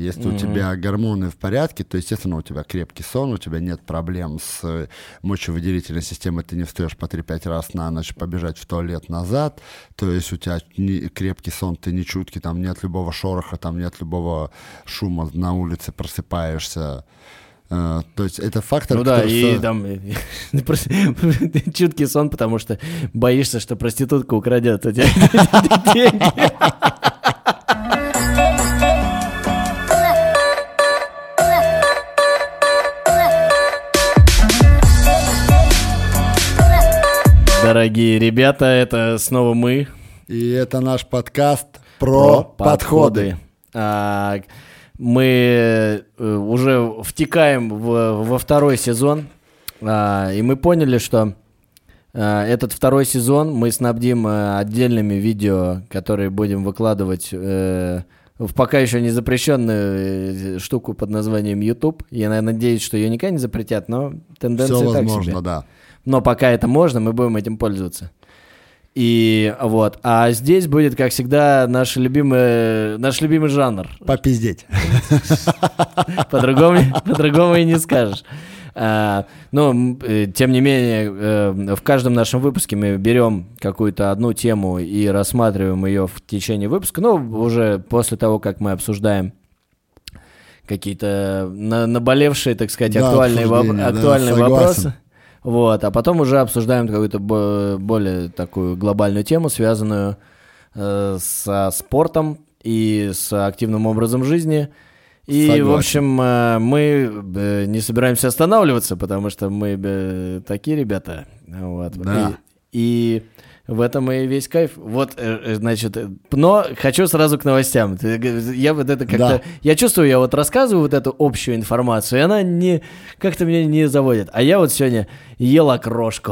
Если у тебя гормоны в порядке, то, естественно, у тебя крепкий сон, у тебя нет проблем с мочевыделительной системой, ты не встаешь по 3-5 раз на ночь побежать в туалет назад, то есть у тебя крепкий сон, ты не чуткий, там нет любого шороха, там нет любого шума на улице, просыпаешься. То есть это фактор, ну да, и там чуткий сон, потому что боишься, что проститутка украдет у тебя деньги. Дорогие ребята, это снова мы. И это наш подкаст про подходы. Мы уже втекаем во второй сезон, и мы поняли, что этот второй сезон мы снабдим отдельными видео, которые будем выкладывать в пока еще не запрещенную штуку под названием YouTube. Я надеюсь, что ее никогда не запретят, но тенденция так себе. Все возможно, да. Но пока это можно, мы будем этим пользоваться. И вот. А здесь будет, как всегда, наш любимый жанр. Попиздеть. По-другому и не скажешь. Но, тем не менее, в каждом нашем выпуске мы берем какую-то одну тему и рассматриваем ее в течение выпуска. Ну, уже после того, как мы обсуждаем какие-то наболевшие, так сказать, актуальные вопросы. Вот, а потом уже обсуждаем какую-то более такую глобальную тему, связанную со спортом и с активным образом жизни. И, согласен. В общем, мы не собираемся останавливаться, потому что мы такие ребята. Вот. Да. И в этом и весь кайф. Вот, значит, но хочу сразу к новостям. Я вот это как-то... Да. Я чувствую, я вот рассказываю вот эту общую информацию, и она как-то меня не заводит. А я вот сегодня ел окрошку.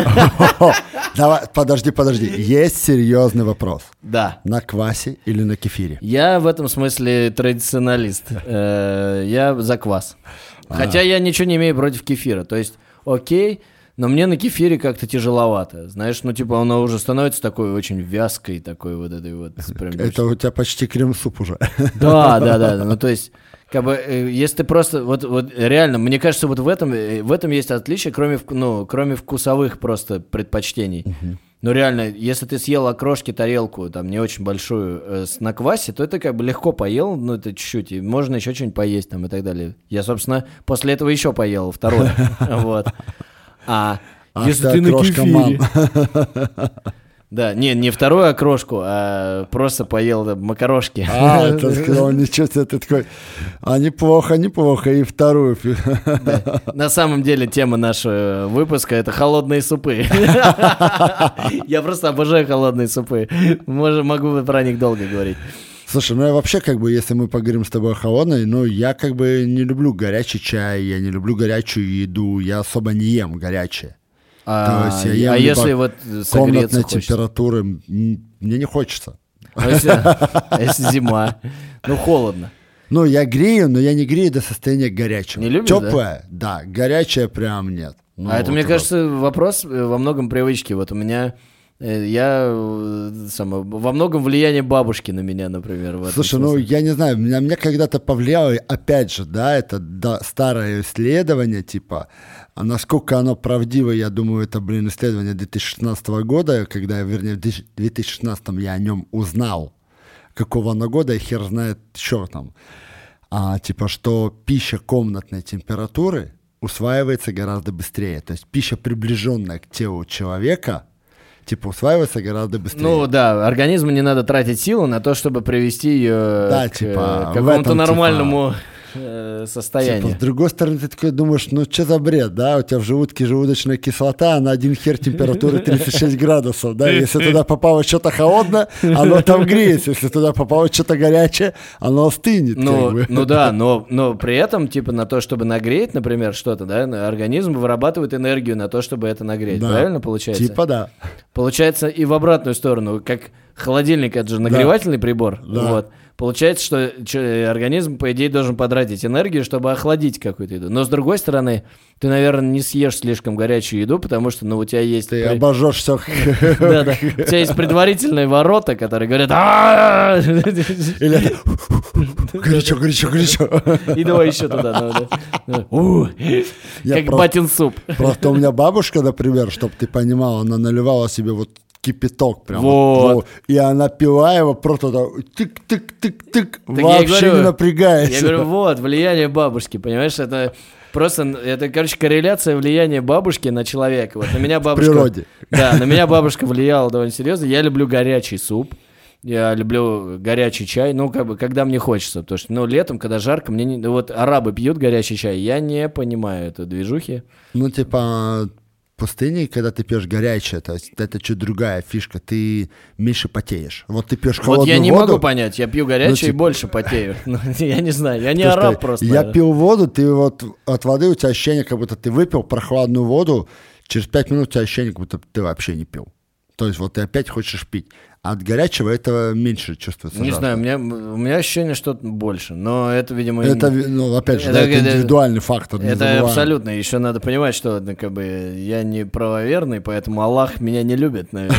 Давай, подожди. Есть серьезный вопрос. Да. На квасе или на кефире? Я в этом смысле традиционалист. Я за квас. Хотя я ничего не имею против кефира. То есть, окей... Но мне на кефире как-то тяжеловато. Знаешь, ну типа оно уже становится такой очень вязкой, такой вот этой вот. Это у тебя почти крем-суп уже. Да. Ну то есть, как бы, если ты просто, вот реально, мне кажется, вот в этом есть отличие, кроме вкусовых просто предпочтений. Но реально, если ты съел окрошки тарелку, там, не очень большую, на квасе, то это как бы легко поел, ну, это чуть-чуть, и можно еще что-нибудь поесть там и так далее. Я, собственно, после этого еще поел второе, вот. Если ты на кефире... Да, не вторую окрошку, а просто поел макарошки. Ты сказал, ничего себе, ты такой, неплохо, и вторую. Да. На самом деле тема нашего выпуска — это холодные супы. Я просто обожаю холодные супы. Могу про них долго говорить. Слушай, ну я вообще, как бы, если мы поговорим с тобой о холодной, ну я как бы не люблю горячий чай, я не люблю горячую еду, я особо не ем горячее. То есть я ем если вот согреться комнатной температуры, мне не хочется. А если зима? Ну холодно. Ну я грею, но я не грею до состояния горячего. Не любишь, теплое, да, горячее прям нет. Ну, это, мне кажется, вопрос во многом привычки. Вот у меня... во многом влияние бабушки на меня, например. Слушай, ну я не знаю, на меня когда-то повлияло, опять же, да, это старое исследование, типа, а насколько оно правдиво, я думаю, это, исследование 2016 года, вернее, в 2016 я о нем узнал, какого оно года, и хер знает, что там. Типа, что пища комнатной температуры усваивается гораздо быстрее, то есть пища, приближенная к телу человека, типа усваивается гораздо быстрее. Ну да, организму не надо тратить силу на то, чтобы привести ее к какому-то нормальному состоянию. С другой стороны, ты такой думаешь, ну что за бред, да? У тебя в желудке желудочная кислота, а на один хер температура 36 градусов, да? Если туда попало что-то холодное, оно там греется. Если туда попало что-то горячее, оно остынет. Ну да, но при этом, типа, на то, чтобы нагреть, например, что-то, да, организм вырабатывает энергию на то, чтобы это нагреть. Да. Правильно получается? Типа да. Получается и в обратную сторону, как холодильник, это же нагревательный прибор. Да. Вот. получается, что организм, по идее, должен потратить энергию, чтобы охладить какую-то еду. Но, с другой стороны, ты, наверное, не съешь слишком горячую еду, потому что, у тебя есть... Ты обожжешь все. Да-да. У тебя есть предварительные ворота, которые говорят... Или горячо. И давай еще туда. Как батин суп. Просто у меня бабушка, например, чтобы ты понимал, она наливала себе вот кипяток прям. Вот. И она пила его просто тык-тык-тык-тык, вообще не напрягаясь. Я говорю, вот, влияние бабушки, понимаешь, это короче, корреляция влияния бабушки на человека. Вот на меня бабушка... В природе. Да, на меня бабушка влияла довольно серьезно. Я люблю горячий суп. Я люблю горячий чай, когда мне хочется, потому что, летом, когда жарко, вот арабы пьют горячий чай, я не понимаю этой движухи. В пустыне, когда ты пьешь горячее, то есть это чуть другая фишка, ты меньше потеешь. Вот ты пьешь холодную воду. Вот я не могу понять, я пью горячее и больше потею. Я не знаю, я не араб просто. Я пил воду, ты вот от воды у тебя ощущение, как будто ты выпил прохладную воду, через 5 минут у тебя ощущение, как будто ты вообще не пил. То есть вот ты опять хочешь пить. А от горячего этого меньше чувствуется. Не знаю, у меня ощущение, что больше. Но это, видимо... Это, опять же, это индивидуальный фактор. Это абсолютно. Еще надо понимать, что я не правоверный, поэтому Аллах меня не любит, наверное.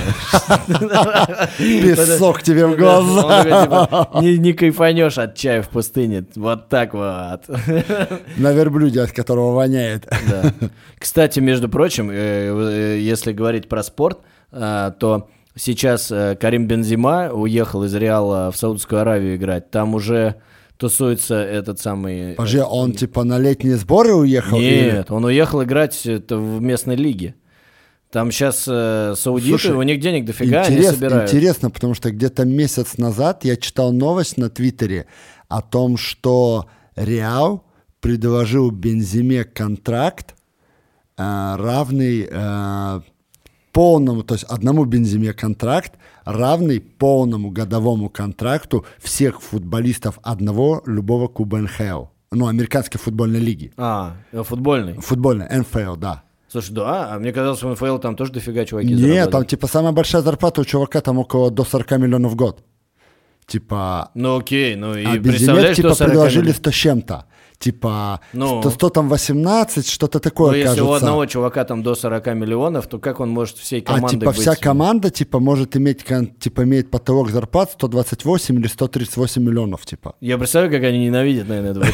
Песок тебе в глаза. Не кайфанешь от чая в пустыне. Вот так вот. На верблюде, от которого воняет. Кстати, между прочим, если говорить про спорт, то... Сейчас Карим Бензема уехал из Реала в Саудовскую Аравию играть. Там уже тусуется этот самый... Подожди, он типа на летние сборы уехал? Нет, он уехал играть в местной лиге. Там сейчас саудиты, слушай, у них денег дофига, они собирают. Интересно, потому что где-то месяц назад я читал новость на Твиттере о том, что Реал предложил Бенземе контракт, равный... полному, то есть одному Бенземе контракт, равный полному годовому контракту всех футболистов одного любого клуба НХЛ. Американской футбольной лиги. Футбольный? Футбольный, НФЛ, да. Слушай, да, а мне казалось, что в НФЛ там тоже дофига чуваки зарабатывают. Нет, там типа самая большая зарплата у чувака там около до 40 миллионов в год. Типа... окей, и а Бенземе типа предложили 100 с чем-то. Типа 100 там 18, что-то такое, кажется. Если у одного чувака там до 40 миллионов, то как он может всей командой быть? Вся команда, может иметь, имеет потолок зарплат 128 или 138 миллионов, типа. Я представляю, как они ненавидят, наверное, этого.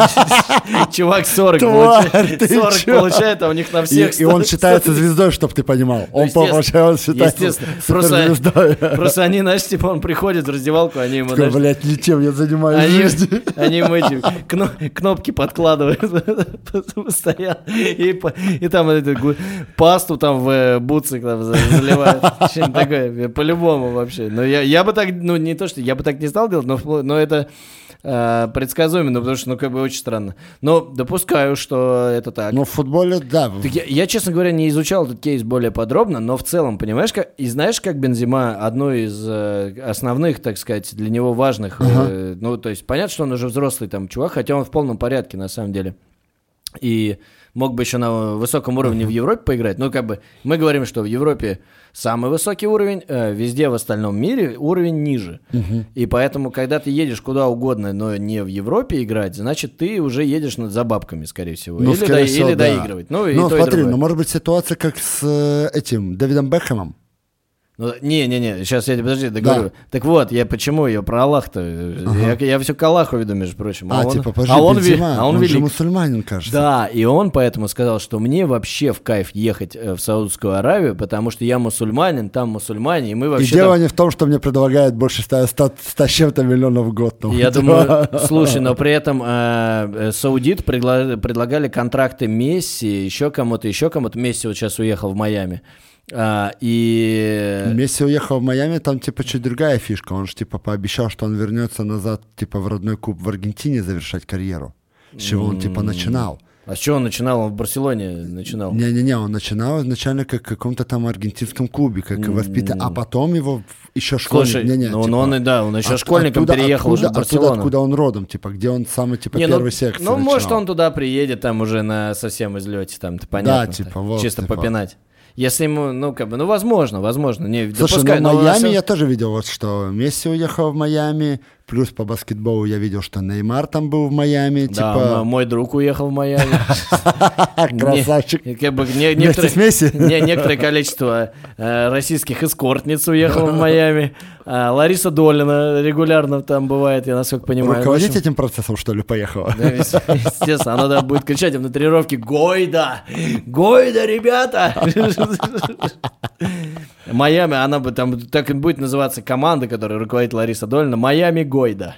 Чувак 40 получает, а у них на всех... И он считается звездой, чтобы ты понимал. Он считается суперзвездой. Просто они, знаешь, он приходит в раздевалку, они ему... Блядь, ничем я занимаюсь жизнью. Они ему эти кнопки подкладывают постоянно. И там пасту там в бутсы заливают. Что-нибудь такое. По-любому вообще. Но я бы так, не то, что я бы так не стал делать, но это предсказуемо, потому что, очень странно. Но допускаю, что это так. Но в футболе, да. Я, честно говоря, не изучал этот кейс более подробно, но в целом, понимаешь, знаешь, как Бензема одно из основных, так сказать, для него важных, то есть понятно, что он уже взрослый там чувак, хотя он в полном порядке на самом деле. И мог бы еще на высоком уровне в Европе поиграть. Мы говорим, что в Европе самый высокий уровень, везде в остальном мире уровень ниже. И поэтому, когда ты едешь куда угодно, но не в Европе играть, значит, ты уже едешь за бабками, скорее всего. Или доигрывать. Смотри, может быть ситуация как с этим Дэвидом Бекхэмом. Не, сейчас я тебе, подожди, договорю. Да. Так вот, почему я про Аллах-то? Я все к Аллаху веду, между прочим. Он же мусульманин, кажется. Да, и он поэтому сказал, что мне вообще в кайф ехать в Саудовскую Аравию, потому что я мусульманин, там мусульмане, и мы вообще... И дело не в том, что мне предлагают больше 100 с чем-то миллионов в год. Я думаю, слушай, но при этом саудиты предлагали контракты Месси, еще кому-то. Месси вот сейчас уехал в Майами. Месси уехал в Майами, там чуть другая фишка. Он же пообещал, что он вернется назад в родной клуб в Аргентине завершать карьеру. С чего он начинал. А с чего он начинал? Он в Барселоне начинал. Не, он начинал изначально как в каком-то там аргентинском клубе, как воспитанник, а потом его еще школьник. Слушай, он еще школьником переехал уже в Барселону. Откуда он родом, где он самый первый секции начинал. Может, он туда приедет, там уже на совсем излете, там, понятно. Да, вот. Чисто попинать. Если ему, возможно. Слушай, в Майами я тоже видел, что Месси уехал в Майами, плюс по баскетболу я видел, что Неймар там был в Майами. Да, типа... мой друг уехал в Майами. Красавчик. Некоторое количество российских эскортниц уехало в Майами. Лариса Долина регулярно там бывает, я насколько понимаю. Руководить этим процессом, что ли, поехала? Да, естественно, она будет кричать им на тренировке: «Гойда! Гойда, ребята!» Майами, она бы там так и будет называться команда, которая руководит Лариса Долина, Майами Гойда.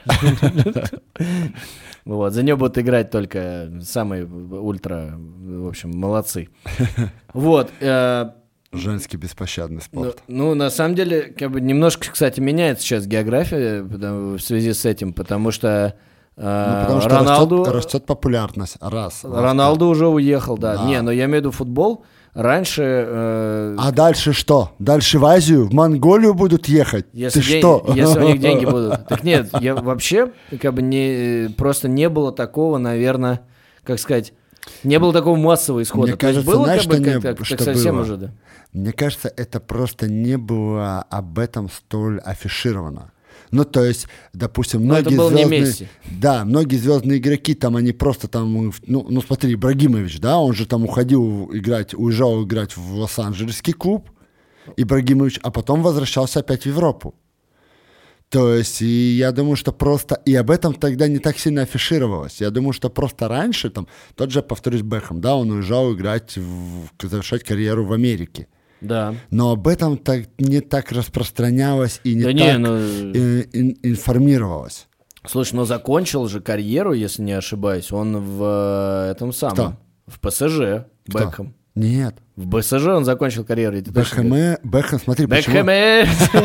Вот, за нее будут играть только самые ультра, в общем, молодцы. Вот. Женский беспощадный спорт. Ну, на самом деле, как бы немножко, кстати, меняется сейчас география в связи с этим, потому что потому что Роналду... растет популярность. Роналду уже уехал, да. Не, но я имею в виду футбол. Раньше... А дальше что? Дальше в Азию, в Монголию будут ехать? Если что? Если у них деньги будут. Так нет, я вообще как бы просто не было такого, наверное, как сказать, не было такого массового исхода. Мне кажется, было знаешь, как бы что совсем было? уже, да. Мне кажется, это просто не было об этом столь афишировано. Ну, то есть, допустим, многие звездные... Да, многие звездные игроки, там, они просто там... Ну, смотри, Ибрагимович, да, он же там уезжал играть в Лос-Анджелесский клуб, Ибрагимович, а потом возвращался опять в Европу. То есть, и я думаю, что просто... И об этом тогда не так сильно афишировалось. Я думаю, что просто раньше, там, тот же, повторюсь, Бекхэм, да, он уезжал играть, завершать карьеру в Америке. Да. Но об этом не так распространялось и информировалось. Слушай, но закончил же карьеру, если не ошибаюсь, он в этом самом... Кто? В ПСЖ, Бекхэм. Нет. В БСЖ он закончил карьеру. Бекхэм, смотри, почему... Бекхэм!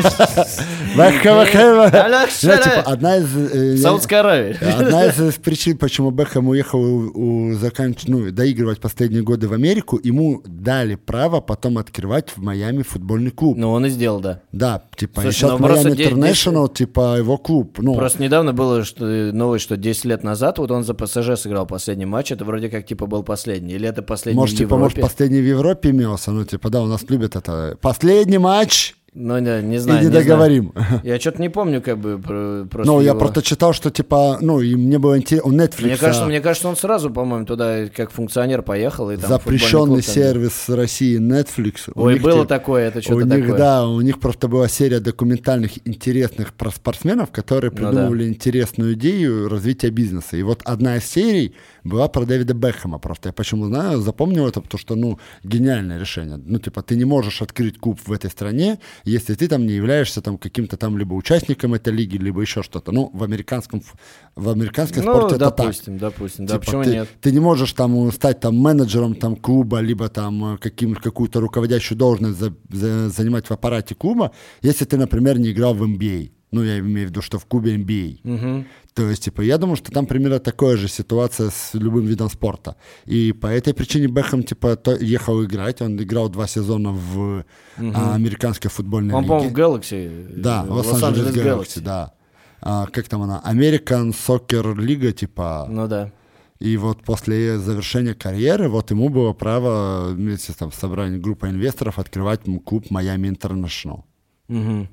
Одна из... Саудовской Аравии. Одна из причин, почему Бекхэм уехал доигрывать последние годы в Америку, ему дали право потом открывать в Майами футбольный клуб. Ну, он и сделал, да. Да, типа, сейчас Майами Интернешнл, типа, его клуб. Просто недавно было новость, что 10 лет назад вот он за ПСЖ сыграл последний матч, это вроде как, типа, был последний. Или это последний в Европе? Может, последний в Европе имелся, ну, типа, да, у нас любят это. Последний матч, ну, не знаю. И не договорим. Знаю. Я что-то не помню, как бы, просто Ну, я его... просто читал, что, типа, ну, и мне было интересно, у Netflix... Мне кажется, он сразу, по-моему, туда как функционер поехал. И там запрещенный сервис России Netflix. Ой, было такое, это что-то такое. Да, у них просто была серия документальных интересных про спортсменов, которые придумывали интересную идею развития бизнеса. И вот одна из серий была про Дэвида Бекхэма. Просто я почему знаю, запомнил это, потому что, ну, гениальное решение. Ну, типа, ты не можешь открыть клуб в этой стране, если ты там не являешься там каким-то там либо участником этой лиги, либо еще что-то. Ну, в американском спорте это так. Допустим, типа, да, почему нет? Ты не можешь там стать там менеджером там клуба, либо там какую-то руководящую должность занимать в аппарате клуба, если ты, например, не играл в NBA. Ну, я имею в виду, что в клубе NBA. Угу. То есть, типа, я думаю, что там примерно такая же ситуация с любым видом спорта. И по этой причине Бекхэм, типа, ехал играть. Он играл 2 сезона в американской футбольной лиге. Он, по-моему, в Galaxy. Да, Лос-Анджелес Galaxy, да. Как там она? American Soccer Лига, типа. Ну да. И вот после завершения карьеры, вот ему было право вместе там, с собранием группы инвесторов открывать клуб Miami International. Угу.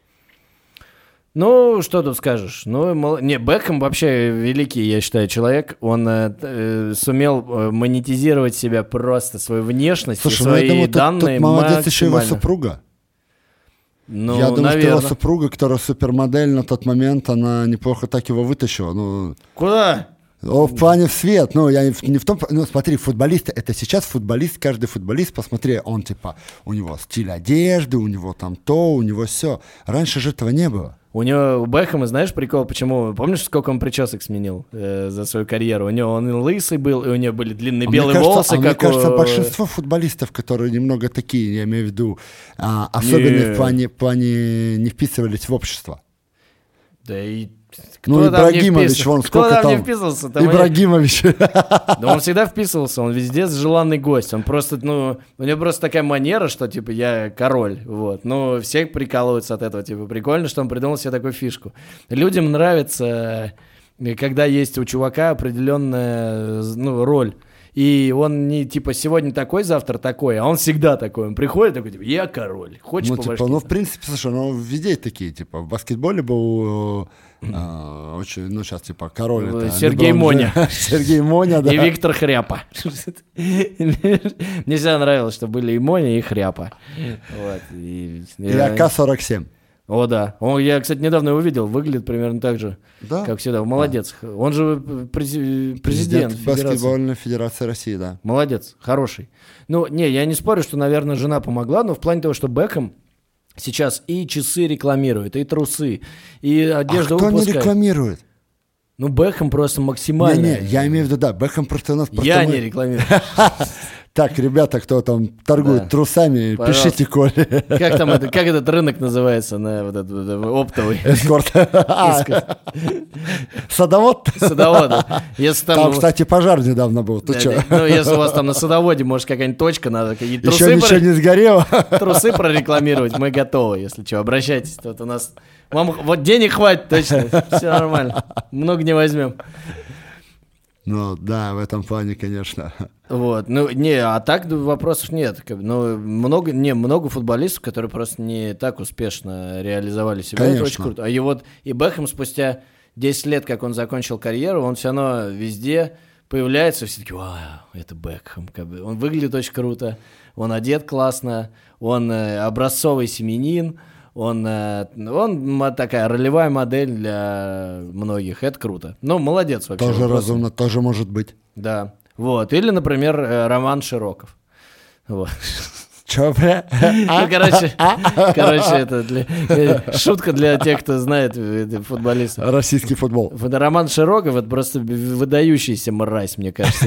Ну, что тут скажешь? Бекхэм вообще великий, я считаю, человек. Он сумел монетизировать себя просто, свою внешность. Слушай, и свои я думаю, данные тут молодец еще его супруга. Ну, я думаю, наверное. что его супруга, которая супермодель на тот момент, она неплохо так его вытащила. Ну, куда? В плане в свет, ну, я не в том, ну, смотри, футболисты, это сейчас футболист, каждый футболист, посмотри, он, типа, у него стиль одежды, у него там то, у него все. Раньше же этого не было. У Бекхэма, знаешь, прикол, почему? Помнишь, сколько он причесок сменил за свою карьеру? Он лысый был, и у него были длинные белые волосы. Мне кажется, большинство футболистов, которые немного такие, я имею в виду, особенно в плане не вписывались в общество. Да и... Ну, Ибрагимович, вон сколько там... не вписывался? Ибрагимович. Да он всегда вписывался, он везде желанный гость. Он просто, у него просто такая манера, что, типа, я король, вот. Ну, все прикалываются от этого, типа, прикольно, что он придумал себе такую фишку. Людям нравится, когда есть у чувака определенная, роль. И он не, типа, сегодня такой, завтра такой, а он всегда такой. Он приходит такой, типа, я король, хочешь по башке? В принципе, слушай, везде такие, типа, в баскетболе был очень, сейчас, типа, король. Это Сергей Моня. Сергей Моня, да. И Виктор Хряпа. Мне всегда нравилось, что были и Моня, и Хряпа. И АК-47. О, да. Я, кстати, недавно его видел. Выглядит примерно так же, как всегда. Молодец. Он же президент баскетбольной федерации России, да. Молодец. Хороший. Я не спорю, что, наверное, жена помогла, но в плане того, что Бекхэм сейчас и часы рекламирует, и трусы, и одежду выпускает. Кто не рекламирует? Бекхэм просто максимально... Не, я имею в виду, да, Бекхэм просто у нас... Я не рекламирую. Так, ребята, кто там торгует трусами, пожалуйста. Пишите Коле. Как этот рынок называется, на вот этот оптовый? Эскорт. Садовод? Садовод. Там, кстати, пожар недавно был. Ты что? Если у вас там на садоводе, может, какая-нибудь точка надо. Еще ничего не сгорело. Трусы прорекламировать, мы готовы, если что. Обращайтесь. Тут у нас... Вам вот денег хватит точно. Все нормально. Много не возьмем. Да, в этом плане, конечно. А так вопросов нет. Много футболистов, которые просто не так успешно реализовали себя. Конечно. Это очень круто. И Бекхэм спустя 10 лет, как он закончил карьеру, он все равно везде появляется, все таки вау, это Бекхэм. Он выглядит очень круто, он одет классно, он образцовый семьянин, он такая ролевая модель для многих. Это круто. Молодец вообще. Тоже разумно, тоже может быть. Да. Или, например, Роман Широков. Чё, бля? Короче, это шутка для тех, кто знает футболистов. Российский футбол. Роман Широков — это просто выдающийся мразь, мне кажется.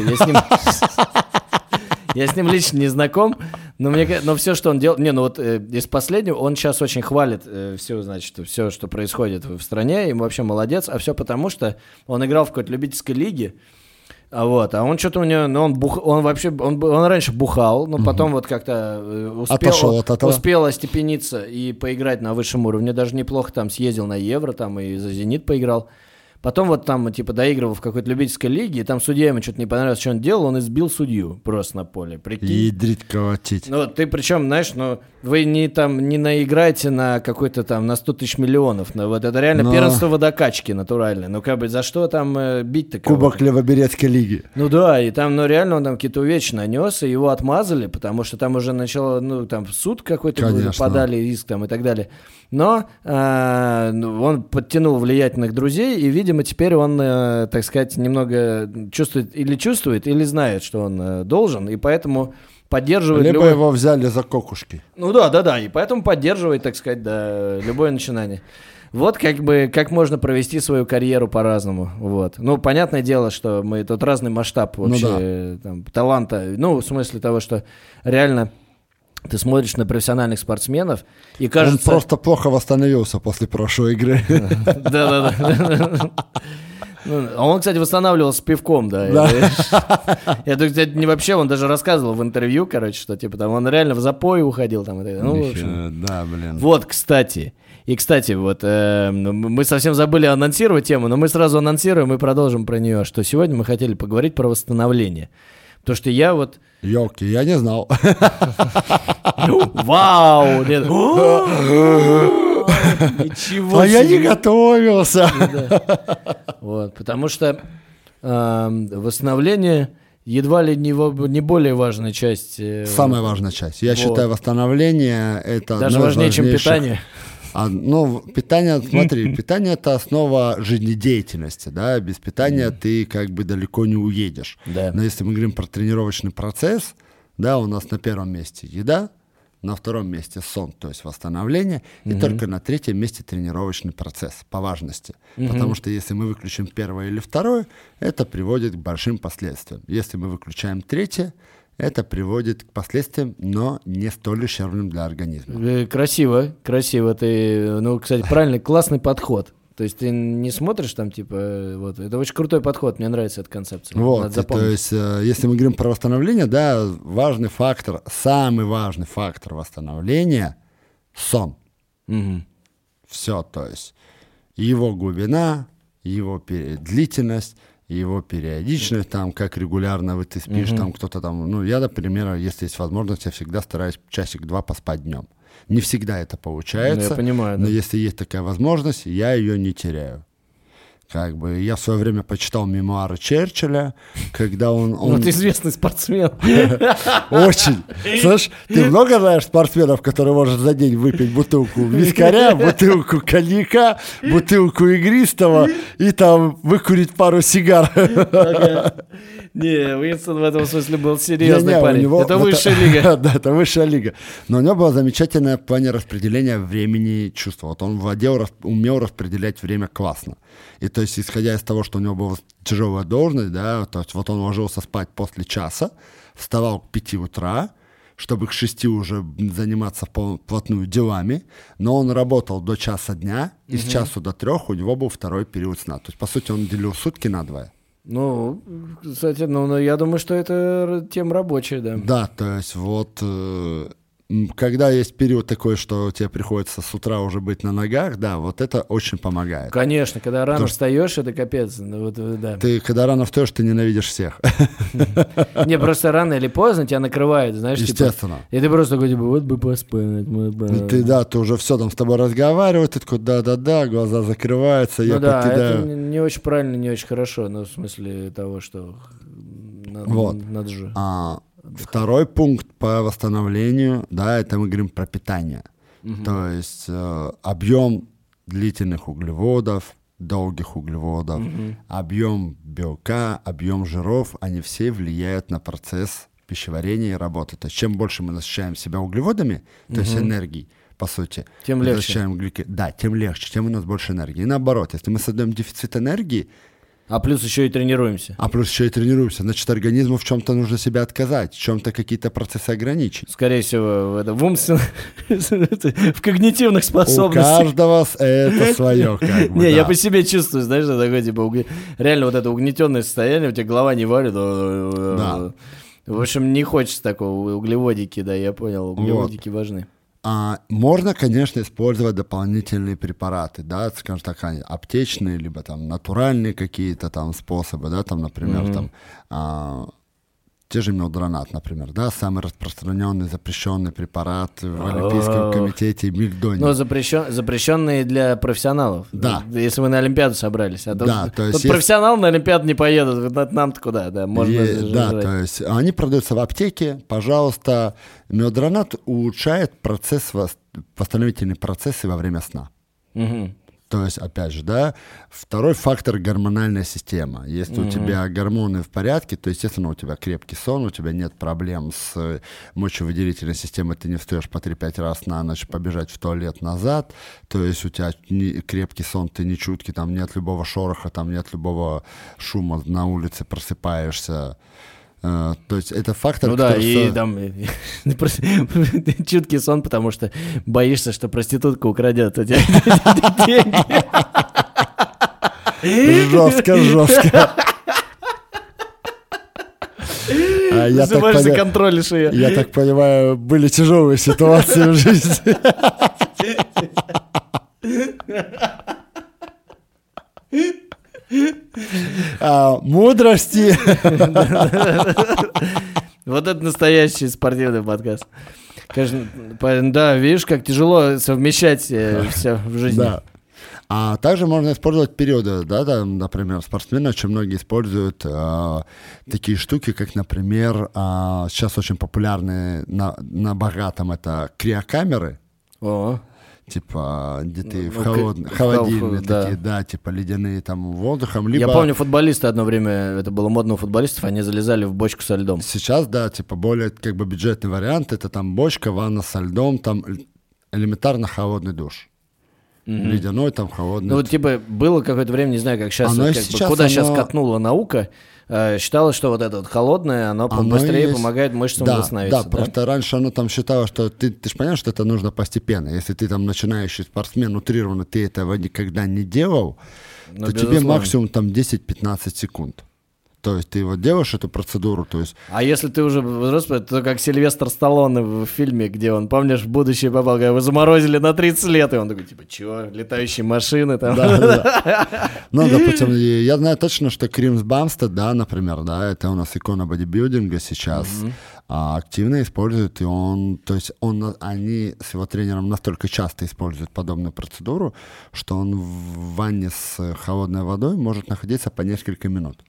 Я с ним лично не знаком, но все, что он делал... из последнего, он сейчас очень хвалит все, что происходит в стране, и вообще молодец, а все потому, что он играл в какой-то любительской лиге, а он что-то у него... Он раньше бухал, но потом как-то успел остепениться и поиграть на высшем уровне, даже неплохо там съездил на Евро, там и за «Зенит» поиграл. Потом доигрывал в какой-то любительской лиге, и там судья ему что-то не понравилось, что он делал, он избил судью просто на поле. Прикинь. Ядрить колотить. Ты причем, знаешь, вы не наиграете на какой-то там, на 100 тысяч миллионов. Это реально первенство водокачки натуральное. За что там бить-то кого-то? Кубок Левоберецкой лиги. И там, реально он там какие-то увечья нанес, и его отмазали, потому что там уже начало, в суд какой-то подали иск там и так далее. Но он подтянул влиятельных друзей, и, видимо, теперь он, так сказать, немного чувствует, или знает, что он должен, и поэтому поддерживает... Либо его взяли за кокушки. Да, и поэтому поддерживает, так сказать, любое начинание. Как можно провести свою карьеру по-разному. Понятное дело, что мы тут разный масштаб вообще таланта. В смысле того, что реально... Ты смотришь на профессиональных спортсменов, и кажется... Он просто плохо восстановился после прошлой игры. Да. Он, кстати, восстанавливался с пивком, да. Это, кстати, не вообще, он даже рассказывал в интервью, что он реально в запой уходил там. Да, блин. Кстати. И, кстати, мы совсем забыли анонсировать тему, но мы сразу анонсируем и продолжим про нее, что сегодня мы хотели поговорить про восстановление. Потому что я Ёлки, я не знал. Вау! Ничего себе! Я не готовился. Потому что восстановление едва ли не более важная часть. Самая важная часть. Я считаю, восстановление — это... Даже важнее, чем питание. Питание, смотри, питание — это основа жизнедеятельности, да, без питания ты далеко не уедешь. Да. Но если мы говорим про тренировочный процесс, да, у нас на первом месте еда, на втором месте сон, то есть восстановление, и только на третьем месте тренировочный процесс по важности. Потому что если мы выключим первое или второе, это приводит к большим последствиям. Если мы выключаем третье, это приводит к последствиям, но не столь ущербным для организма. Красиво. Ты, кстати, правильный, классный подход. То есть ты не смотришь там, это очень крутой подход, мне нравится эта концепция. То есть, если мы говорим про восстановление, да, важный фактор, самый важный фактор восстановления — сон. Все, то есть его глубина, его длительность, его периодичность, там, как регулярно ты спишь, там, кто-то там, ну, я, например, если есть возможность, я всегда стараюсь часик-два поспать днем. Не всегда это получается, я понимаю, но если есть такая возможность, я ее не теряю. Как бы я в свое время почитал мемуары Черчилля, когда он... Вот известный спортсмен. Очень. Слышь, ты много знаешь спортсменов, которые может за день выпить бутылку вискаря, бутылку коньяка, бутылку игристого и там выкурить пару сигар? Не, Уинстон в этом смысле был серьезный парень. Это высшая лига. Да, это высшая лига. Но у него было замечательное в плане распределения времени и чувства. Вот он умел распределять время классно. И то есть, исходя из того, что у него была тяжелая должность, да, то есть вот он ложился спать после часа, вставал к 5 утра, чтобы к 6 уже заниматься вплотную делами, но он работал до часа дня, и с часу до 3 у него был второй период сна. То есть, по сути, он делил сутки на 2. Ну, кстати, я думаю, что это тема рабочая, да. Да, то есть вот... Когда есть период такой, что тебе приходится с утра уже быть на ногах, да, вот это очень помогает. Конечно, когда рано встаешь, это капец. Вот, да. Ты, когда рано встаешь, ты ненавидишь всех. Не, просто рано или поздно тебя накрывает, знаешь. Естественно. И ты просто такой, типа, вот бы поспать. Ты уже все там с тобой разговаривают, ты такой, да-да-да, глаза закрываются, я покидаю. Это не очень правильно, не очень хорошо, но в смысле того, что надо же... Второй пункт по восстановлению, да, это мы говорим про питание. То есть объем длительных углеводов, долгих углеводов, объем белка, объем жиров, они все влияют на процесс пищеварения и работы. То есть чем больше мы насыщаем себя углеводами, то есть энергией, по сути, тем легче. Да, тем легче, тем у нас больше энергии. И наоборот, если мы создаем дефицит энергии, а плюс еще и тренируемся. Значит, организму в чем-то нужно себя отказать, в чем-то какие-то процессы ограничить. Скорее всего, в умственных, в когнитивных способностях. У каждого это свое. Не, я по себе чувствую, знаешь, такое, типа, реально вот это угнетенное состояние, у тебя голова не варит. Да. В общем, не хочется такого. Углеводики, да, я понял, углеводики важны. Можно, конечно, использовать дополнительные препараты, да, скажем так, аптечные, либо там натуральные какие-то там способы, да, там, например, там те же мелдронат, например, да, самый распространенный запрещенный препарат в Олимпийском комитете мельдоний. Но запрещенный для профессионалов. Да. Если вы на Олимпиаду собрались. А да, то есть профессионал на Олимпиаду не поедут, нам-то куда, да, можно да, то есть они продаются в аптеке, пожалуйста. Мелдронат улучшает восстановительные процессы во время сна. То есть, опять же, да, второй фактор — гормональная система. Если у тебя гормоны в порядке, то, естественно, у тебя крепкий сон, у тебя нет проблем с мочевыделительной системой, ты не встаешь по 3-5 раз на ночь побежать в туалет назад, то есть у тебя крепкий сон, ты не чуткий, там нет любого шороха, там нет любого шума на улице, просыпаешься. То есть это фактор, ну да, и там чуткий сон, потому что боишься, что проститутка украдет у тебя деньги. Жестко. Законтролишь ее. Я так понимаю, были тяжелые ситуации в жизни. Мудрости. Вот это настоящий спортивный подкаст. Конечно, да, видишь, как тяжело совмещать все в жизни. Да. А также можно использовать периоды, да, там, например, спортсмены очень многие используют такие штуки, как, например, сейчас очень популярны на богатом, это криокамеры. Типа, где ты в холодильные такие, да, типа ледяные там воздухом. Либо... Я помню, футболисты одно время, это было модно у футболистов, они залезали в бочку со льдом. Сейчас, да, типа более как бы бюджетный вариант, это там бочка, ванна со льдом, там элементарно холодный душ. Ледяной, там холодный. Ну вот типа было какое-то время, не знаю, как сейчас, куда сейчас катнула наука, считалось, что вот это вот холодное, оно быстрее помогает мышцам восстановиться. Да, просто раньше оно там считало, что ты же понимаешь, что это нужно постепенно. Если ты там начинающий спортсмен, утрированно, ты этого никогда не делал, то тебе максимум там 10-15 секунд. То есть ты вот делаешь эту процедуру, то есть... А если ты уже взрослый, то как Сильвестр Сталлоне в фильме, где он, помнишь, в будущее попал, когда его заморозили на 30 лет, и он такой, типа, чего, летающие машины там? Да. Ну, допустим, я знаю точно, что Крис Бамстед, да, например, да, это у нас икона бодибилдинга сейчас, активно используют, и они с его тренером настолько часто используют подобную процедуру, что он в ванне с холодной водой может находиться по несколько минут.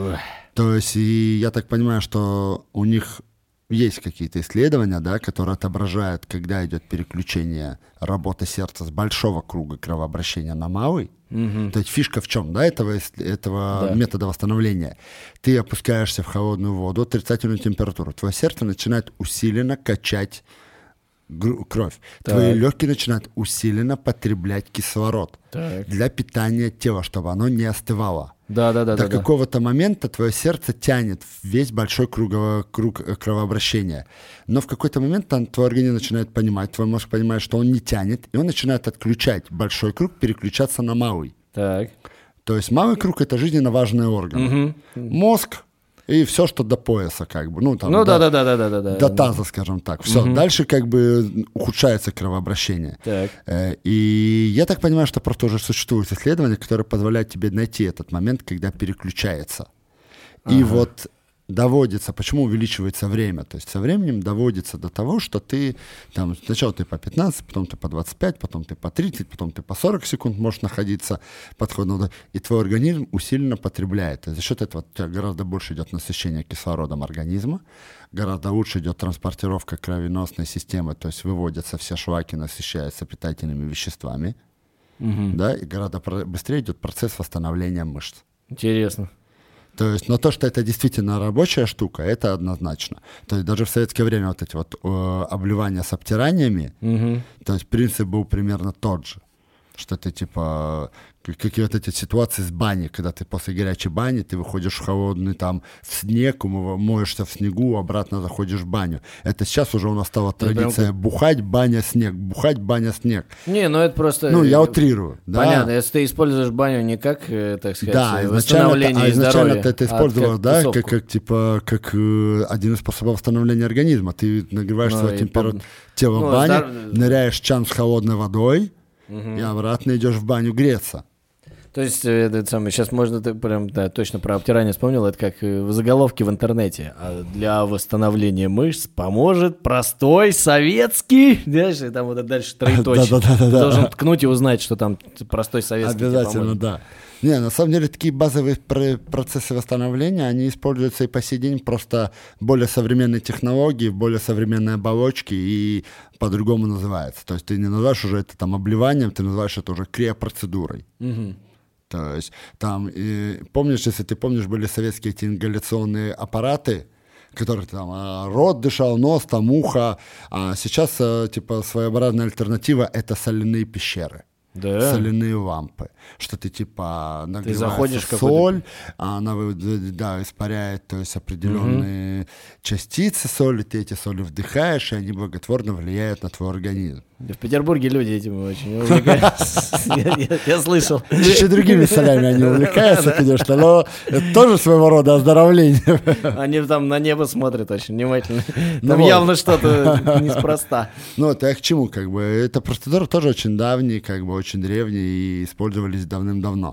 То есть, и я так понимаю, что у них есть какие-то исследования, да, которые отображают, когда идет переключение работы сердца с большого круга кровообращения на малый. То есть фишка в чем, да, этого метода восстановления? Ты опускаешься в холодную воду, отрицательную температуру, твое сердце начинает усиленно качать кровь. Так. Твои легкие начинают усиленно потреблять кислород для питания тела, чтобы оно не остывало. До какого-то момента твое сердце тянет весь большой круг кровообращения. Но в какой-то момент твой организм начинает понимать, твой мозг понимает, что он не тянет, и он начинает отключать большой круг, переключаться на малый. Так. То есть малый круг — это жизненно важный орган. Мозг и все, что до пояса, как бы. До таза, скажем так. Все. Дальше как бы ухудшается кровообращение. Так. И я так понимаю, что просто уже существуют исследования, которые позволяют тебе найти этот момент, когда переключается. И вот доводится, почему увеличивается время? То есть со временем доводится до того, что ты там сначала ты по 15, потом ты по 25, потом ты по 30, потом ты по 40 секунд можешь находиться подходно, и твой организм усиленно потребляет. И за счет этого у тебя гораздо больше идет насыщение кислородом организма, гораздо лучше идет транспортировка кровеносной системы, то есть выводятся все шлаки, насыщаются питательными веществами, да, и гораздо быстрее идет процесс восстановления мышц. Интересно. То есть, но то, что это действительно рабочая штука, это однозначно. То есть даже в советское время вот эти вот обливания с обтираниями, то есть принцип был примерно тот же, что ты типа какие вот эти ситуации с баней, когда ты после горячей бани, ты выходишь в холодный там в снег, моешься в снегу, обратно заходишь в баню. Это сейчас уже у нас стала традиция бухать, баня, снег, бухать, баня, снег. Не, ну это просто... Ну, я утрирую. Понятно, да. Если ты используешь баню не как, так сказать, да, восстановление изначально ты это использовал, да, как один из способов восстановления организма. Ты нагреваешь свое тело в бане, ныряешь в чан с холодной водой, и обратно идешь в баню греться. То есть, сейчас можно прям точно про обтирание вспомнил, это как в заголовке в интернете. А для восстановления мышц поможет простой советский. Знаешь, и там вот дальше троеточие. Ты должен ткнуть и узнать, что там простой советский. Обязательно, да. Не, на самом деле такие базовые процессы восстановления, они используются и по сей день, просто более современные технологии, более современные оболочки и по-другому называется. То есть ты не называешь уже это там обливанием, ты называешь это уже криопроцедурой. То есть там, помнишь, если ты помнишь, были советские эти ингаляционные аппараты, которые там рот дышал, нос, там ухо, а сейчас типа своеобразная альтернатива — это соляные пещеры. Да. Соляные лампы, что ты типа нагреваешь соль, а она испаряет, то есть определенные частицы соли, ты эти соли вдыхаешь, и они благотворно влияют на твой организм. В Петербурге люди этим очень увлекаются. Я слышал. Еще другими солями они увлекаются, конечно, но это тоже своего рода оздоровление. Они там на небо смотрят очень внимательно. Там явно что-то неспроста. Ну, это я к чему, как бы, эта процедура тоже очень давняя, как бы, очень древние и использовались давным-давно.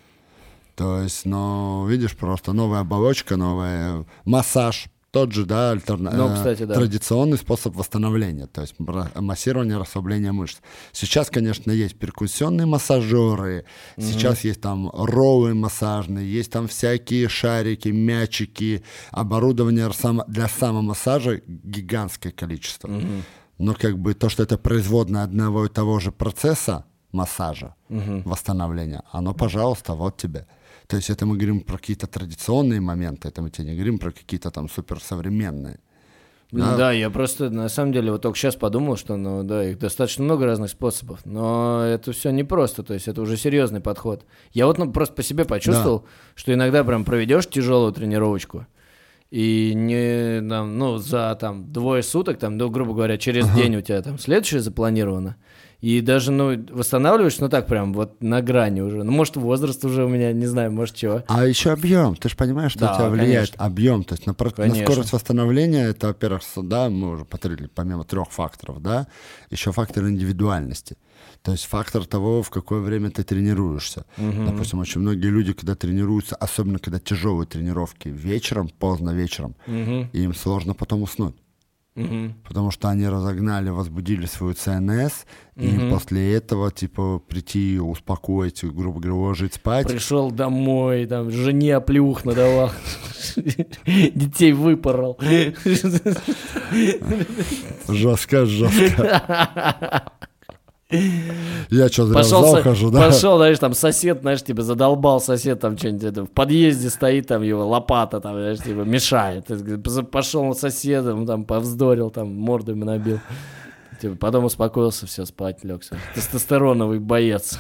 То есть, видишь, просто новая оболочка, новый массаж, тот же, да, традиционный способ восстановления, то есть массирование, расслабление мышц. Сейчас, конечно, есть перкуссионные массажеры, сейчас есть там роллы массажные, есть там всякие шарики, мячики, оборудование для самомассажа гигантское количество. Но как бы то, что это производное одного и того же процесса массажа, восстановления, оно, пожалуйста, вот тебе. То есть это мы говорим про какие-то традиционные моменты, это мы тебе не говорим про какие-то там суперсовременные. Да, я просто на самом деле вот только сейчас подумал, что их достаточно много разных способов, но это все непросто, то есть это уже серьезный подход. Я вот просто по себе почувствовал, что иногда прям проведешь тяжелую тренировочку, и за 2 суток, грубо говоря, через день у тебя там следующее запланировано, И даже, восстанавливаешь, так прям вот на грани уже. Может, возраст уже у меня, не знаю, может, чего. А еще объем. Ты же понимаешь, что у тебя влияет объем. То есть на скорость восстановления, это, во-первых, да, мы уже повторили, помимо 3 факторов, да, еще фактор индивидуальности. То есть фактор того, в какое время ты тренируешься. Допустим, очень многие люди, когда тренируются, особенно когда тяжелые тренировки вечером, поздно вечером, им сложно потом уснуть. Потому что они разогнали, возбудили свою ЦНС, и после этого, прийти, успокоить, грубо говоря, уложить спать. Пришел домой, там, жене оплеух надавал, детей выпорол. Жестко. Я что, зря в зал хожу, да? Пошел, знаешь, там сосед, знаешь, задолбал сосед, там что-нибудь, в подъезде стоит, там его лопата, там, знаешь, мешает. Пошел с соседом, там, повздорил, там, мордами набил. Потом успокоился, все, спать легся. Тестостероновый боец.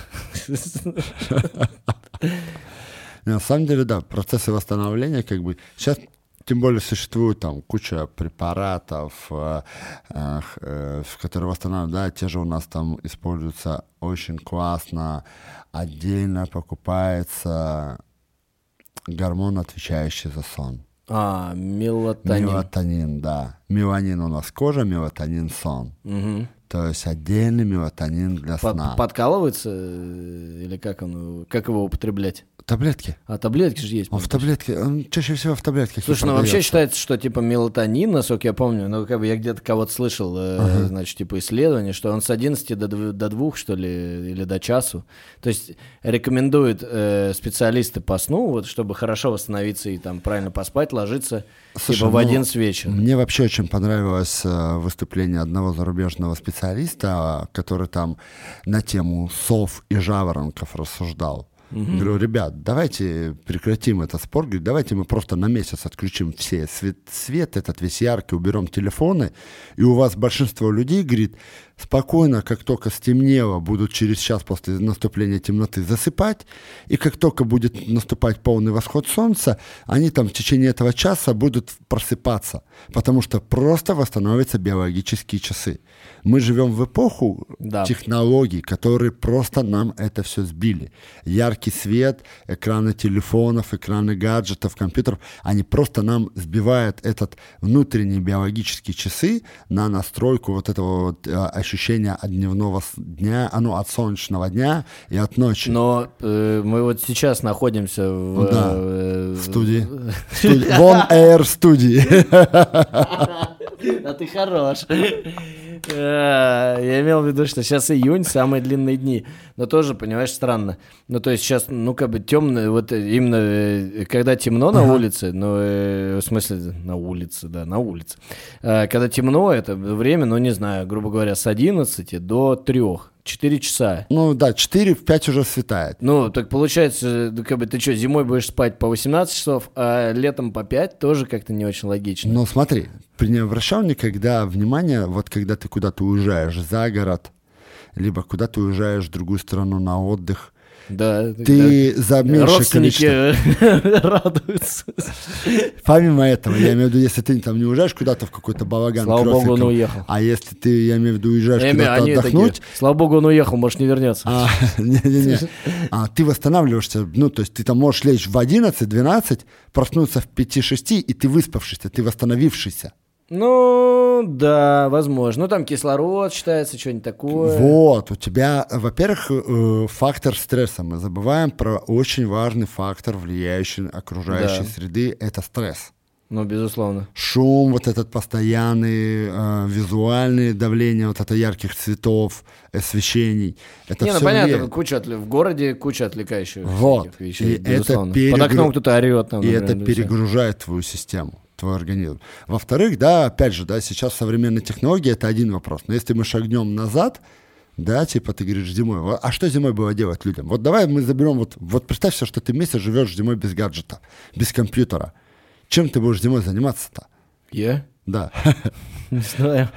На самом деле, да, процессы восстановления, сейчас... Тем более существует там куча препаратов, которые восстанавливают, да, те же у нас там используются очень классно, отдельно покупается гормон, отвечающий за сон. Мелатонин. Мелатонин, да. Меланин у нас кожа, мелатонин сон. То есть отдельный мелатонин для сна. Подкалывается или как его употреблять? Таблетки. Таблетки же есть. Он в таблетке, он чаще всего в таблетках. Слушай, вообще считается, что мелатонин, насколько я помню, я где-то кого-то слышал, значит, исследование, что он с 11 до 2, что ли, или до часу. То есть рекомендуют специалисты по сну, вот, чтобы хорошо восстановиться и там правильно поспать, ложиться. Слушай, в 11 вечера. Мне вообще очень понравилось выступление одного зарубежного специалиста, который там на тему сов и жаворонков рассуждал. Говорю, ребят, давайте прекратим этот спор, говорю, давайте мы просто на месяц отключим все свет этот весь яркий, уберем телефоны, и у вас большинство людей, говорит, спокойно, как только стемнело, будут через час после наступления темноты засыпать, и как только будет наступать полный восход солнца, они там в течение этого часа будут просыпаться, потому что просто восстановятся биологические часы. Мы живем в эпоху технологий, которые просто нам это все сбили. Яркий свет, экраны телефонов, экраны гаджетов, компьютеров, они просто нам сбивают этот внутренние биологические часы на настройку вот этого вот ощущения от дневного дня, от солнечного дня и от ночи. Но мы вот сейчас находимся в студии. One Air студии. А ты хорош. Я имел в виду, что сейчас июнь, самые длинные дни. Но тоже, понимаешь, странно. То есть сейчас, темно, вот именно когда темно на улице, в смысле, на улице. Когда темно, это время, не знаю, грубо говоря, с 11 до 3. 4 часа. 4, в 5 уже светает. Так получается, ты что, зимой будешь спать по 18 часов, а летом по 5, тоже как-то не очень логично. Смотри, не обращал никогда внимания, вот когда ты куда-то уезжаешь за город, либо куда ты уезжаешь в другую страну на отдых, да, ты за меньшее количество... радуются. Помимо этого, я имею в виду, если ты там не уезжаешь куда-то в какой-то балаган, слава богу, он уехал. А если ты, я имею в виду, уезжаешь куда-то отдохнуть... Такие, слава богу, он уехал, может, не вернется. Не-не-не. Ты восстанавливаешься, то есть ты там можешь лечь в 11-12, проснуться в 5-6, и ты выспавшийся, ты восстановившийся. Да, возможно. Там кислород считается, что-нибудь такое. Вот, у тебя, во-первых, фактор стресса. Мы забываем про очень важный фактор, влияющий на окружающей среды, это стресс. Безусловно. Шум, вот этот постоянный, визуальное давление, вот это ярких цветов, освещений. Это все понятно, в городе куча отвлекающих вещей, и безусловно. Под окном кто-то орет. И это перегружает твою систему, твой организм. Во-вторых, опять же, сейчас современные технологии — это один вопрос. Но если мы шагнем назад, ты говоришь зимой, а что зимой было делать людям? Вот давай мы заберем, вот представь себе, что ты месяц живешь зимой без гаджета, без компьютера. Чем ты будешь зимой заниматься-то? Я? Да. Не знаю.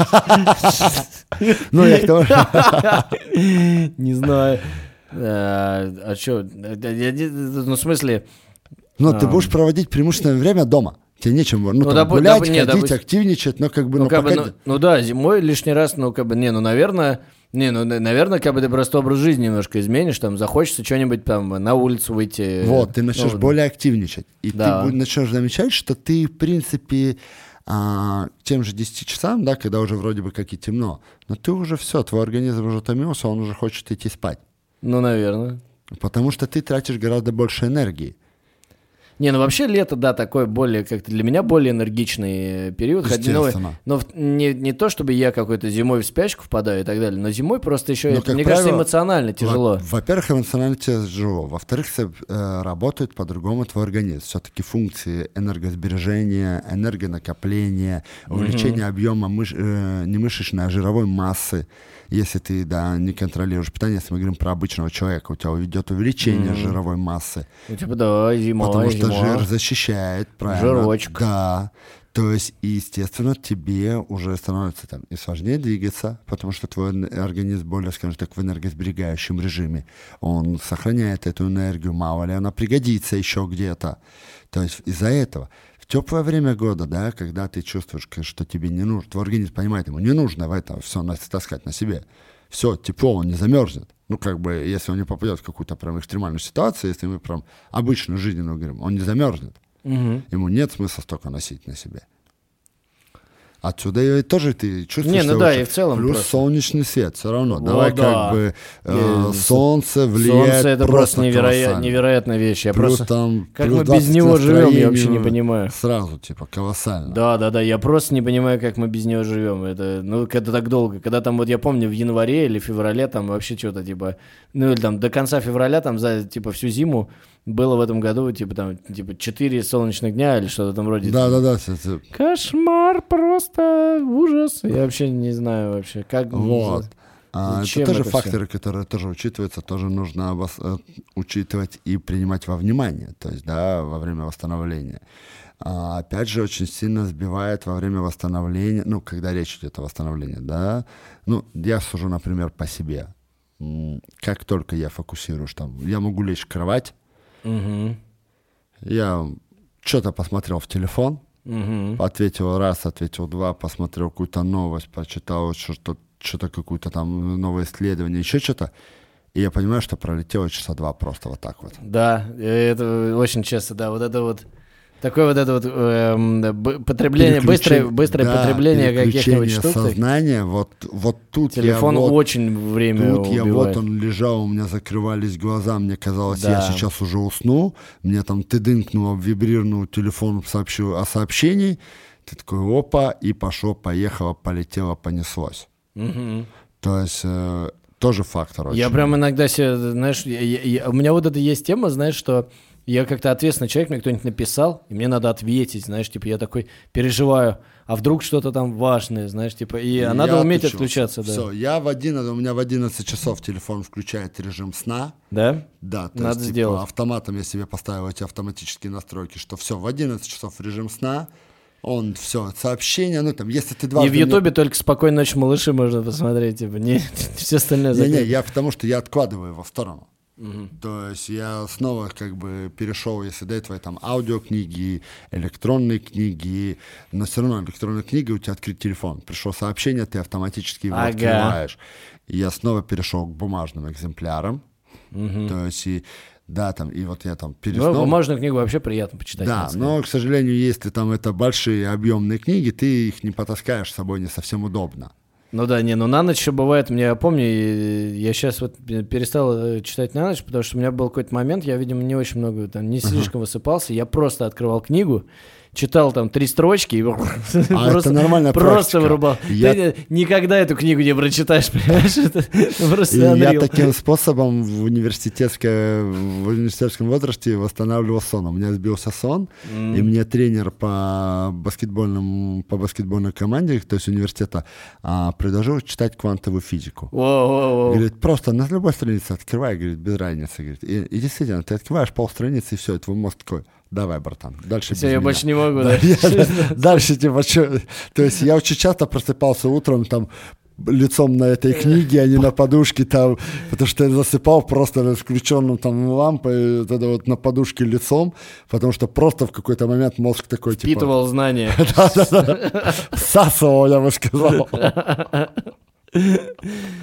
Я к тому... Не знаю. А что? В смысле... ты будешь проводить преимущественное время дома. Тебе нечем гулять, ходить, активничать, зимой лишний раз, наверное, Не, ну, наверное, как бы ты просто образ жизни немножко изменишь, там, захочется что-нибудь там на улицу выйти. Вот, ты начнешь более активничать. И да. ты начнешь замечать, что ты, в принципе, тем же 10 часам, да, когда уже вроде бы как и темно, но ты уже все, твой организм уже утомился, он уже хочет идти спать. Ну, наверное. Потому что ты тратишь гораздо больше энергии. Не, ну вообще лето, да, такой более, как-то для меня более энергичный период. Естественно. Но не то, чтобы я какой-то зимой в спячку впадаю и так далее, но зимой просто еще, это, мне кажется, эмоционально тяжело. Во-первых, эмоционально тяжело. Во-вторых, работает по-другому твой организм. Все-таки функции энергосбережения, энергонакопления, увеличения объема не мышечной, а жировой массы. Если ты, да, не контролируешь питание, если мы говорим про обычного человека, у тебя идет увеличение жировой массы. Ну, типа, да, зима. Потому что жир защищает, правильно? Жирочек. Да. То есть, естественно, тебе уже становится там и сложнее двигаться, потому что твой организм более, скажем так, в энергосберегающем режиме. Он сохраняет эту энергию, мало ли она пригодится еще где-то. То есть из-за этого в теплое время года, да, когда ты чувствуешь, что тебе не нужно, твой организм понимает, ему не нужно в это все таскать на себе. Все, тепло, он не замерзнет. Ну, как бы, если он не попадет в какую-то прям экстремальную ситуацию, если мы прям обычную жизненную говорим, он не замерзнет. Ему нет смысла столько носить на себе. Отсюда и тоже ты чувствуешь, что да, и в целом плюс просто солнечный свет все равно. О, давай да. как бы солнце влияет. Солнце это просто невероятная вещь. Я плюс просто, там, как плюс мы без него живем, я вообще не понимаю. Сразу, типа, колоссально. Да, я просто не понимаю, как мы без него живем. Это, ну, когда так долго. Когда там, вот я помню, в январе или феврале там вообще что-то, типа, ну, или там до конца февраля, там, за, типа, всю зиму было в этом году, типа, 4 солнечных дня или что-то там вроде. Да. Кошмар, просто ужас. Я вообще не знаю вообще, как... Вот. Это тоже факторы, все? которые тоже учитываются, тоже нужно учитывать и принимать во внимание, то есть, да, во время восстановления. Опять же, очень сильно сбивает во время восстановления, ну, когда речь идет о восстановлении, да, ну, я сужу, например, по себе. Как только я фокусируюсь, там, я могу лечь в кровать, я что-то посмотрел в телефон, ответил раз, ответил два, посмотрел какую-то новость, прочитал что-то какое-то там новое исследование, еще что-то, и я понимаю, что пролетело часа 2 просто вот так вот. Да, это очень часто, да, вот это вот такое вот это вот потребление, быстрое потребление каких-нибудь штук. Сознания, вот тут телефон я очень время тут убивает. Я вот он лежал, у меня закрывались глаза, мне казалось, я сейчас уже усну, мне там тыдынкнул, вибрирнул телефон, сообщил о сообщении, ты такой опа, и пошло, поехало, полетело, понеслось. То есть тоже фактор очень. Я прям иногда себе, знаешь, у меня вот это есть тема, знаешь, что я как-то ответственный человек, мне кто-нибудь написал, и мне надо ответить, знаешь, типа я такой переживаю, а вдруг что-то там важное, знаешь, типа, и надо уметь отключаться. Да. Все, у меня в 11 часов телефон включает режим сна. Да? Да, то надо есть, сделать. Типа, автоматом я себе поставил эти автоматические настройки, что все, в 11 часов режим сна, он все, сообщения, ну там, если ты И в Ютубе только «Спокойной ночи, малыши» можно посмотреть, типа, не все остальное закрыто. Не, я потому что я откладываю его в сторону. То есть я снова как бы перешел, если до этого там аудиокниги, электронные книги, но все равно электронная книга, у тебя открыт телефон. Пришло сообщение, ты автоматически его открываешь. И я снова перешел к бумажным экземплярам. То есть да, там, и вот я там переснул. Ну, бумажную книгу вообще приятно почитать. Да, но, к сожалению, если там это большие объемные книги, ты их не потаскаешь с собой, не совсем удобно. Ну да, ну на ночь еще бывает, я помню, я сейчас вот перестал читать на ночь, потому что у меня был какой-то момент, я, видимо, не очень много, там, не слишком высыпался, я просто открывал книгу, читал там 3 строчки и это нормальная просто вырубал. Ты никогда эту книгу не прочитаешь, понимаешь? Я таким способом в университетском возрасте восстанавливал сон. У меня сбился сон, и мне тренер по баскетбольной команде, то есть университета, предложил читать квантовую физику. Говорит, просто на любой странице открывай, говорит, без разницы. Говорит. И действительно, ты открываешь полстраницы, и все, и твой мозг такой: давай, братан, дальше без меня. Я больше не могу, да? Дальше, типа, что? То есть я очень часто просыпался утром, там, лицом на этой книге, а не на подушке, там, потому что я засыпал просто с включенным там лампой, вот на подушке лицом, потому что просто в какой-то момент мозг такой, типа... Впитывал знания. Да. Всасывал, я бы сказал.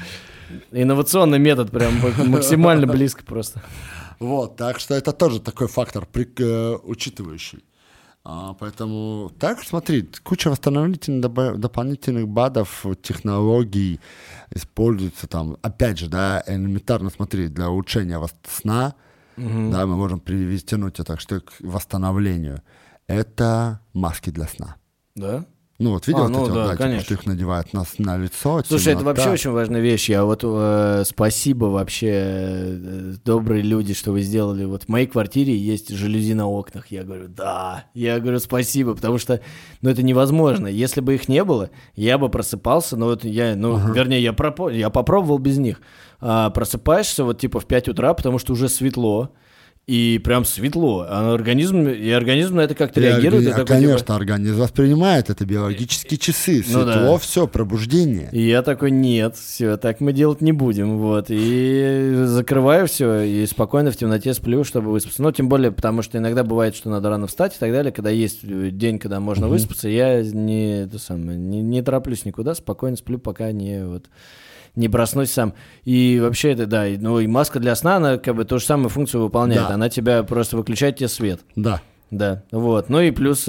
Инновационный метод, прям максимально близко просто. Вот, так что это тоже такой фактор, учитывающий. Поэтому, так, смотри, куча восстановительных дополнительных БАДов, технологий используется там, опять же, да, элементарно, смотри, для улучшения сна, да, мы можем привести это к восстановлению. Это маски для сна. Да? Ну вот видел, конечно. Что их надевают на лицо. Слушай, это вообще очень важная вещь. Я вот спасибо вообще, добрые люди, что вы сделали. Вот в моей квартире есть жалюзи на окнах. Я говорю, да. Я говорю, спасибо, потому что, это невозможно. Если бы их не было, я бы просыпался, вернее, я попробовал без них. Просыпаешься вот типа в 5 утра, потому что уже светло. И прям светло, организм на это как-то реагирует. Конечно, организм воспринимает это биологические часы, светло, все, пробуждение. И я такой, нет, все, так мы делать не будем, вот. И закрываю все, и спокойно в темноте сплю, чтобы выспаться. Тем более, потому что иногда бывает, что надо рано встать и так далее, когда есть день, когда можно выспаться, я не тороплюсь никуда, спокойно сплю, пока не проснусь сам. И вообще это, да, и маска для сна, она как бы ту же самую функцию выполняет. Да. Она тебя просто выключает тебе свет. Да. Да, вот. И плюс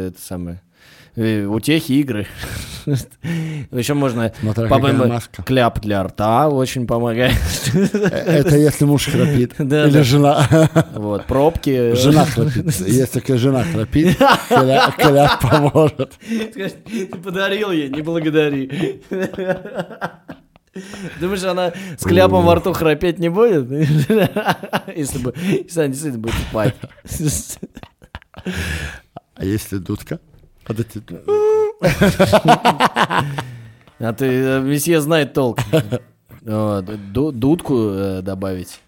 утехи, игры. Еще можно, по-моему, кляп для рта очень помогает. Это если муж храпит или жена. Вот, пробки. Жена храпит. Если жена храпит, кляп поможет. Ты подарил ей, не благодари. Думаешь, она с кляпом во рту храпеть не будет? Если она действительно будет спать. А если дудка? А ты, месье знает толк. Дудку добавить.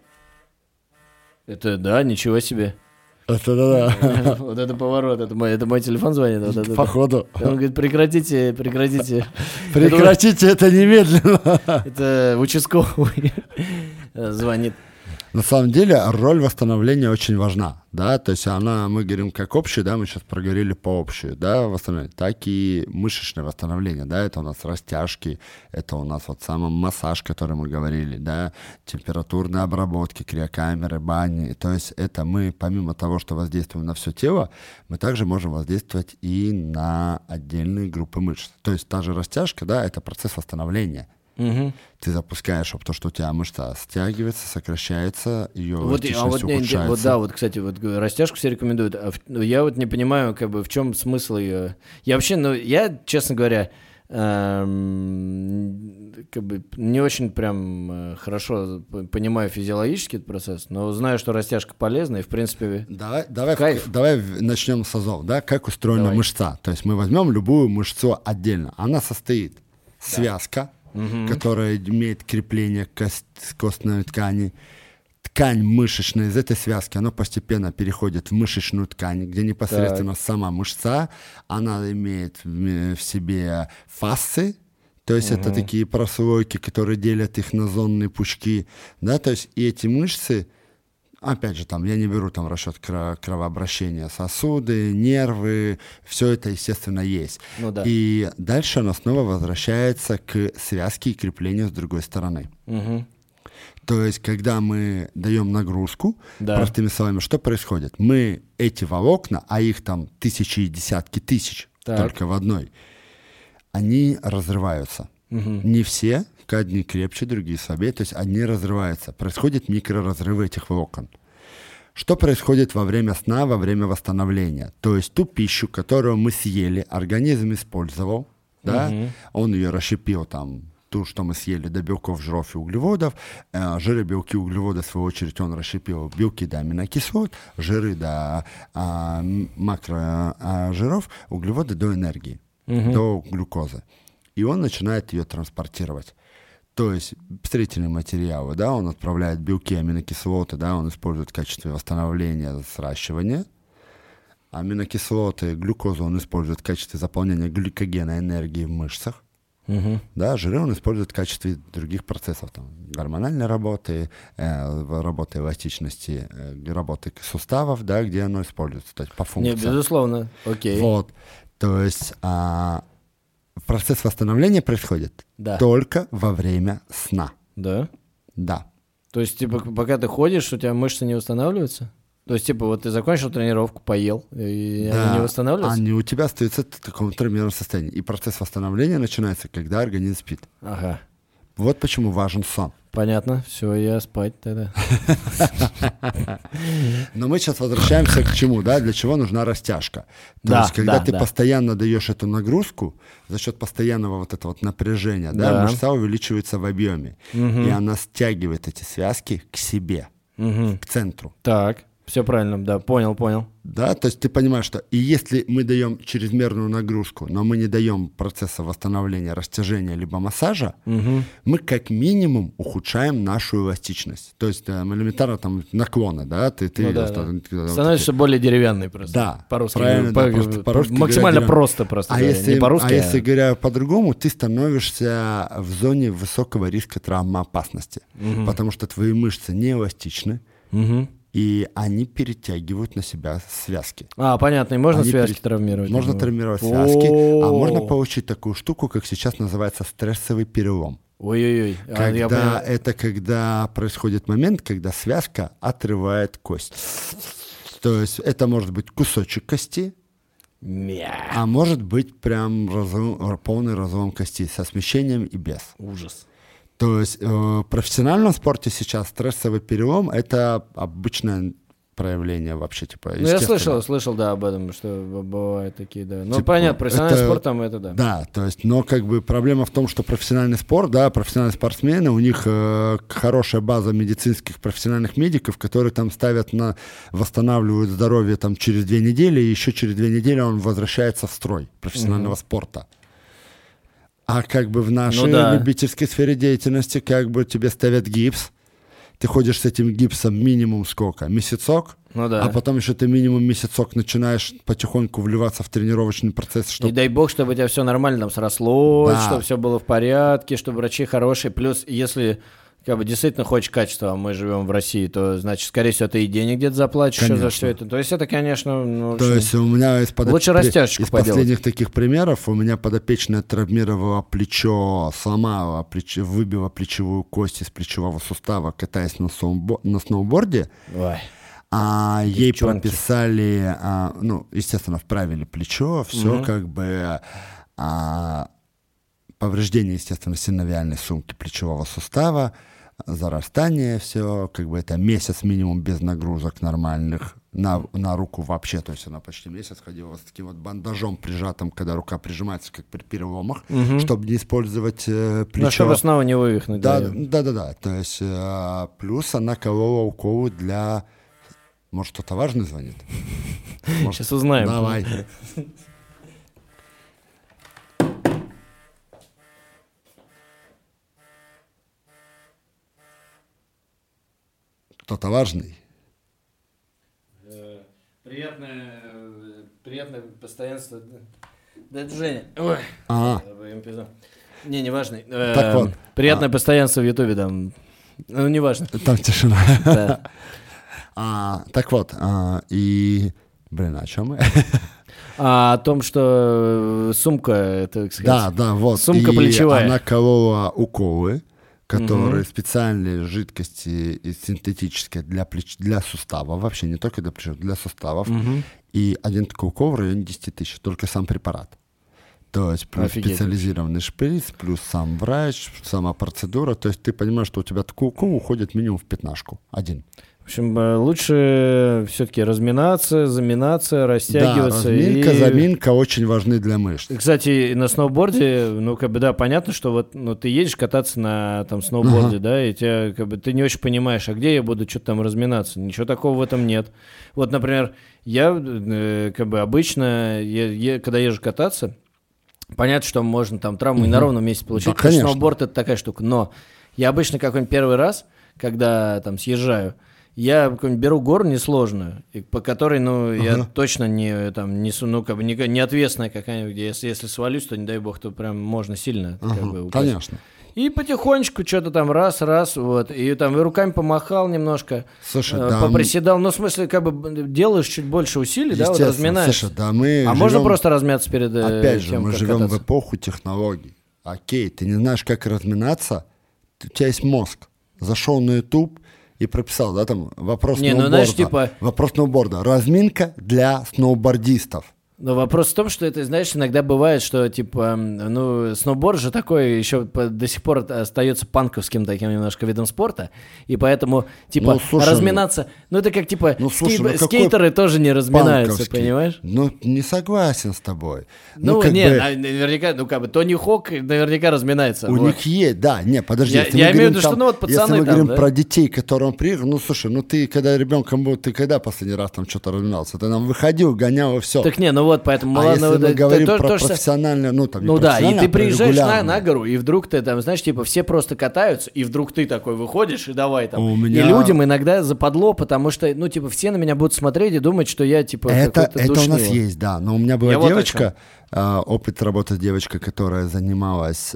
Это, да, ничего себе. Это да. Вот это поворот, это мой телефон звонит. Походу. Он говорит, прекратите. Прекратите это немедленно. Это участковый звонит. На самом деле роль восстановления очень важна, да, то есть мы говорим как общее, да, мы сейчас проговорили по общему, да, восстановление, так и мышечное восстановление, да, это у нас растяжки, это у нас самый массаж, который мы говорили, да, температурные обработки, криокамеры, бани, то есть это мы, помимо того, что воздействуем на все тело, мы также можем воздействовать и на отдельные группы мышц, то есть та же растяжка, да, это процесс восстановления. Угу. Ты запускаешь, то, что у тебя мышца стягивается, сокращается, ее эластичность ухудшается. Кстати, растяжку все рекомендуют. Я не понимаю, в чем смысл ее. Я вообще, я, честно говоря, не очень прям хорошо понимаю физиологический этот процесс, но знаю, что растяжка полезна, и в принципе Давай начнем с азов, да, как устроена мышца. То есть мы возьмем любую мышцу отдельно. Она состоит связка, которая имеет крепление к костной ткани. Ткань мышечная из этой связки, она постепенно переходит в мышечную ткань, где непосредственно сама мышца, она имеет в себе фасции, то есть это такие прослойки, которые делят их на зонные пучки, да, то есть и эти мышцы, опять же, я не беру в расчет кровообращения, сосуды, нервы, все это, естественно, есть. И дальше она снова возвращается к связке и креплению с другой стороны. То есть, когда мы даем нагрузку, простыми словами, что происходит? Мы эти волокна, а их там тысячи и десятки тысяч, только в одной, они разрываются. Не все, одни крепче, другие слабее, то есть одни разрываются. Происходят микроразрывы этих волокон. Что происходит во время сна, во время восстановления? То есть ту пищу, которую мы съели, организм использовал, да, он ее расщепил ту, что мы съели, до белков, жиров и углеводов. Жиры, белки, углеводы, в свою очередь, он расщепил белки до аминокислот, жиры до макрожиров, углеводы до энергии, до глюкозы. И он начинает ее транспортировать. То есть строительные материалы, да, он отправляет белки, аминокислоты, да, он использует в качестве восстановления, сращивания. Аминокислоты, глюкозу он использует в качестве заполнения гликогена, энергии в мышцах. Да, жиры он использует в качестве других процессов, гормональной работы, работы эластичности, работы суставов, да, где оно используется, то есть по функции. Нет, безусловно, окей. Вот, то есть процесс восстановления происходит только во время сна. Да? Да. То есть, типа, пока ты ходишь, у тебя мышцы не восстанавливаются? То есть, типа, вот ты закончил тренировку, поел, и они не восстанавливаются? Они у тебя остаются в таком травмированном состоянии. И процесс восстановления начинается, когда организм спит. Ага. Вот почему важен сон. Понятно, все, я спать тогда. Но мы сейчас возвращаемся к чему, да? Для чего нужна растяжка? То есть, когда ты постоянно даешь эту нагрузку, за счет постоянного вот этого вот напряжения, да, мышца увеличивается в объеме. И она стягивает эти связки к себе, к центру. Так. Все правильно, да, понял. Да, то есть ты понимаешь, что и если мы даем чрезмерную нагрузку, но мы не даем процесса восстановления, растяжения либо массажа, мы как минимум ухудшаем нашу эластичность. То есть элементарно там наклоны, да, ты видел, становишься более деревянный просто. Да, по-русски. Правильно, по-русски максимально просто говоря. Не по-русски, если говоря по-другому, ты становишься в зоне высокого риска травмоопасности, потому что твои мышцы не эластичны. И они перетягивают на себя связки. Понятно, и можно связки травмировать? Можно травмировать связки, а можно получить такую штуку, как сейчас называется стрессовый перелом. Ой-ой-ой. Когда происходит момент, когда связка отрывает кость. То есть это может быть кусочек кости, а может быть прям полный разлом кости со смещением и без. Ужас. То есть в профессиональном спорте сейчас стрессовый перелом – это обычное проявление вообще, типа, я слышал, да, об этом, что бывают такие, да. Ну, понятно, профессиональный спорт там это, да. Да, то есть, но как бы проблема в том, что профессиональный спорт, да, профессиональные спортсмены, у них хорошая база медицинских профессиональных медиков, которые там восстанавливают здоровье там через 2 недели, и еще через 2 недели он возвращается в строй профессионального спорта. А как бы в нашей любительской сфере деятельности, как бы тебе ставят гипс, ты ходишь с этим гипсом минимум сколько? Месяцок? А потом еще ты минимум месяцок начинаешь потихоньку вливаться в тренировочный процесс. И дай бог, чтобы у тебя все нормально там срослось, чтобы все было в порядке, чтобы врачи хорошие. Плюс, если как бы действительно хочешь качества, а мы живем в России, то, значит, скорее всего, ты и денег где-то заплатишь еще за все это. То есть это, конечно... То есть у меня лучше растяжечку поделать. Из последних таких примеров у меня подопечная травмировала плечо, сломала выбила плечевую кость из плечевого сустава, катаясь на сноуборде. Ей прописали, естественно, вправили плечо, все как бы... повреждение, естественно, синовиальной сумки плечевого сустава, зарастание, все, как бы это месяц минимум без нагрузок нормальных, на руку вообще, то есть она почти месяц ходила с таким вот бандажом прижатым, когда рука прижимается, как при переломах, чтобы не использовать плечо. Ну, чтобы снова не вывихнуть. Да, то есть плюс она колола уколы для... Может, кто-то важный звонит? Сейчас узнаем. Давай. Кто-то важный. Приятное постоянство. Да это Женя. Ой. Не важный. Так вот. Приятное постоянство в Ютубе там. Ну, не важно. Там тишина. Так вот. И... Блин, о чем мы? О том, что сумка, так сказать. Да, вот. Сумка плечевая. Она колола уколы, которые специальные жидкости и синтетические для суставов, вообще не только для плеча, для суставов. И один такой укол в районе 10 тысяч, только сам препарат. То есть плюс специализированный шприц, плюс сам врач, сама процедура. То есть ты понимаешь, что у тебя такой укол уходит минимум в 15 один. В общем, лучше все-таки разминаться, заминаться, растягиваться. Да, заминка очень важны для мышц. Кстати, на сноуборде, понятно, что вот ты едешь кататься на там сноуборде, да, и тебя ты не очень понимаешь, а где я буду что-то там разминаться. Ничего такого в этом нет. Вот, например, я обычно, когда езжу кататься, понятно, что можно там травму и на ровном месте получить, потому что сноуборд — это такая штука. Но я обычно какой-нибудь первый раз, когда там съезжаю, я беру гору несложную, по которой, я точно не ответственная какая-нибудь, где если свалюсь, то, не дай бог, то прям можно сильно. Конечно. И потихонечку что-то там раз, вот. И там и руками помахал немножко. Слушай, поприседал. Ну, в смысле, как бы делаешь чуть больше усилий, да, вот разминаешься. Слушай, мы можно просто размяться перед опять тем, мы как живем кататься? в эпоху технологий. Окей, ты не знаешь, как разминаться, у тебя есть мозг. Зашел на YouTube и прописал, да, там вопрос сноуборда. знаешь, типа... Вопрос сноуборда. Разминка для сноубордистов. Но вопрос в том, что это, знаешь, иногда бывает, что, типа, сноуборд же такой еще до сих пор остается панковским таким немножко видом спорта, и поэтому, типа, разминаться, это как, типа, скейтеры тоже не разминаются, понимаешь? Не согласен с тобой. Наверняка, Тони Хок наверняка разминается. У них есть, да, подожди. Я имею в виду, что, пацаны если мы говорим да? про детей, к которым приехал, слушай, ты когда ребенком был, ты когда последний раз там что-то разминался? Ты нам выходил, гонял и все. Так вот, поэтому... если мы говорим про профессиональное, и ты приезжаешь на гору, и вдруг ты там, знаешь, типа, все просто катаются, и вдруг ты такой выходишь, и давай там. И людям иногда западло, потому что, все на меня будут смотреть и думать, что я, типа, это у нас есть, да, но у меня была девочка, опыт работы с девочкой, которая занималась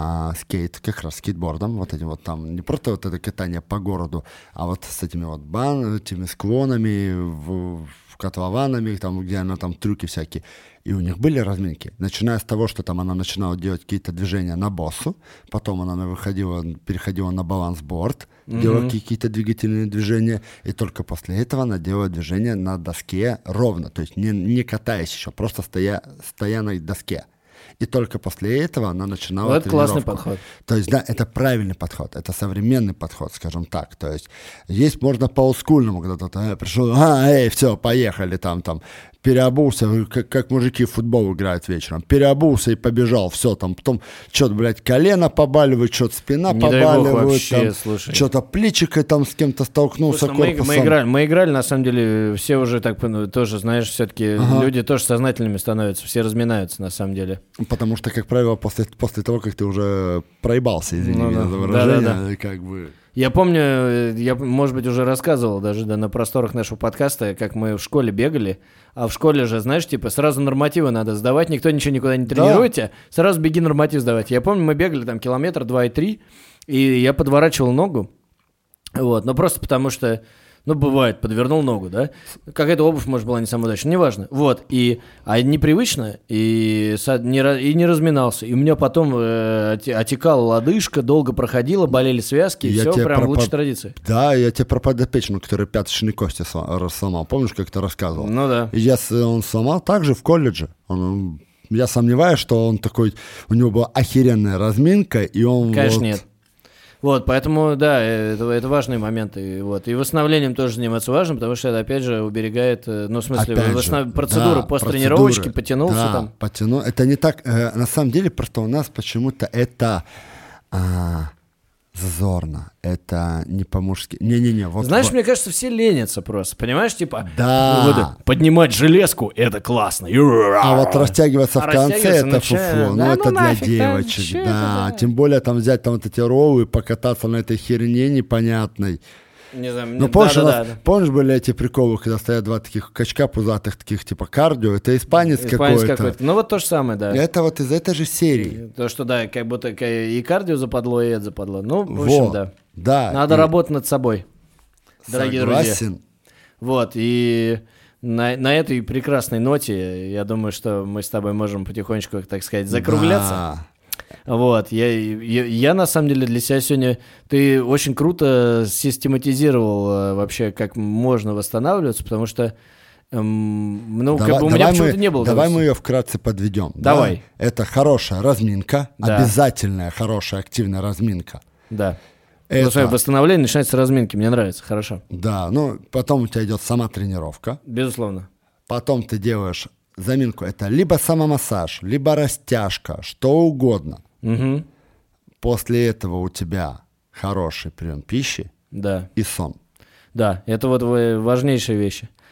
как раз скейтбордом, вот этим вот там, не просто вот это катание по городу, а вот с этими вот этими склонами, котлованами, там, где она там трюки всякие. И у них были разминки. Начиная с того, что там она начинала делать какие-то движения на боссу, потом она переходила на балансборд, делала какие-то двигательные движения, и только после этого она делала движения на доске ровно, то есть не катаясь еще, просто стоя на доске. И только после этого она начинала тренировку. Это классный подход. То есть, да, это правильный подход, это современный подход, скажем так. То есть можно по олдскульному, когда кто-то пришел, все, поехали, там, переобулся, как мужики в футбол играют вечером, переобулся и побежал, все, там, потом что-то, блядь, колено побаливает, что-то спина побаливает, что-то плечико там с кем-то столкнулся, корпусом. Мы играли, на самом деле, все уже так, тоже, знаешь, все-таки люди тоже сознательными становятся, все разминаются, на самом деле. Потому что, как правило, после того, как ты уже проебался, извини меня за выражение, как бы... Я помню, я, может быть, уже рассказывал даже на просторах нашего подкаста, как мы в школе бегали, а в школе же, знаешь, типа, сразу нормативы надо сдавать, никто ничего никуда не тренирует тебя, сразу беги норматив сдавать. Я помню, мы бегали там километр, 2,3, и я подворачивал ногу, но просто потому что... бывает, подвернул ногу, да? Какая-то обувь, может, была не самая удачная, неважно. А непривычно, и не разминался. И у меня потом отекала лодыжка, долго проходила, болели связки, и все прям лучше традиции. Да, я тебе про подопечного, который пяточные кости сломал. Помнишь, как ты рассказывал? Ну да. И он сломал также в колледже. Я сомневаюсь, что он такой... У него была охеренная разминка, и он... Конечно, нет. Поэтому, да, это важные моменты. И восстановлением тоже заниматься важно, потому что это, опять же, уберегает, процедуру посттренировочки, потянулся там. Потянул. Это не так, на самом деле, просто у нас почему-то это зазорно, это не по-мужски. Не-не-не. Знаешь, мне кажется, все ленятся просто, понимаешь, типа, да. Поднимать железку, это классно. А вот растягиваться в конце, это фуфло. Это для девочек, да. Тем более там взять там вот эти роллы и покататься на этой херне непонятной. Не знаю, помнишь, были эти приколы, когда стоят два таких качка пузатых, таких типа кардио, это испанец какой-то. Ну вот то же самое, да. Это вот из этой же серии. То, что да, как будто и кардио западло, и это западло. В общем, да. Да. Надо работать над собой, дорогие Согласен. друзья. И на этой прекрасной ноте, я думаю, что мы с тобой можем потихонечку, так сказать, закругляться. Да. Я на самом деле для себя сегодня... Ты очень круто систематизировал вообще, как можно восстанавливаться, потому что у меня почему-то не было. Давай мы ее вкратце подведем. Давай. Да? Это хорошая разминка, обязательная хорошая активная разминка. Да. Восстановление начинается с разминки, мне нравится, хорошо. Да, потом у тебя идет сама тренировка. Безусловно. Потом ты делаешь заминку, это либо самомассаж, либо растяжка, что угодно. Угу. После этого у тебя хороший прием пищи и сон. Да, это важнейшие вещи.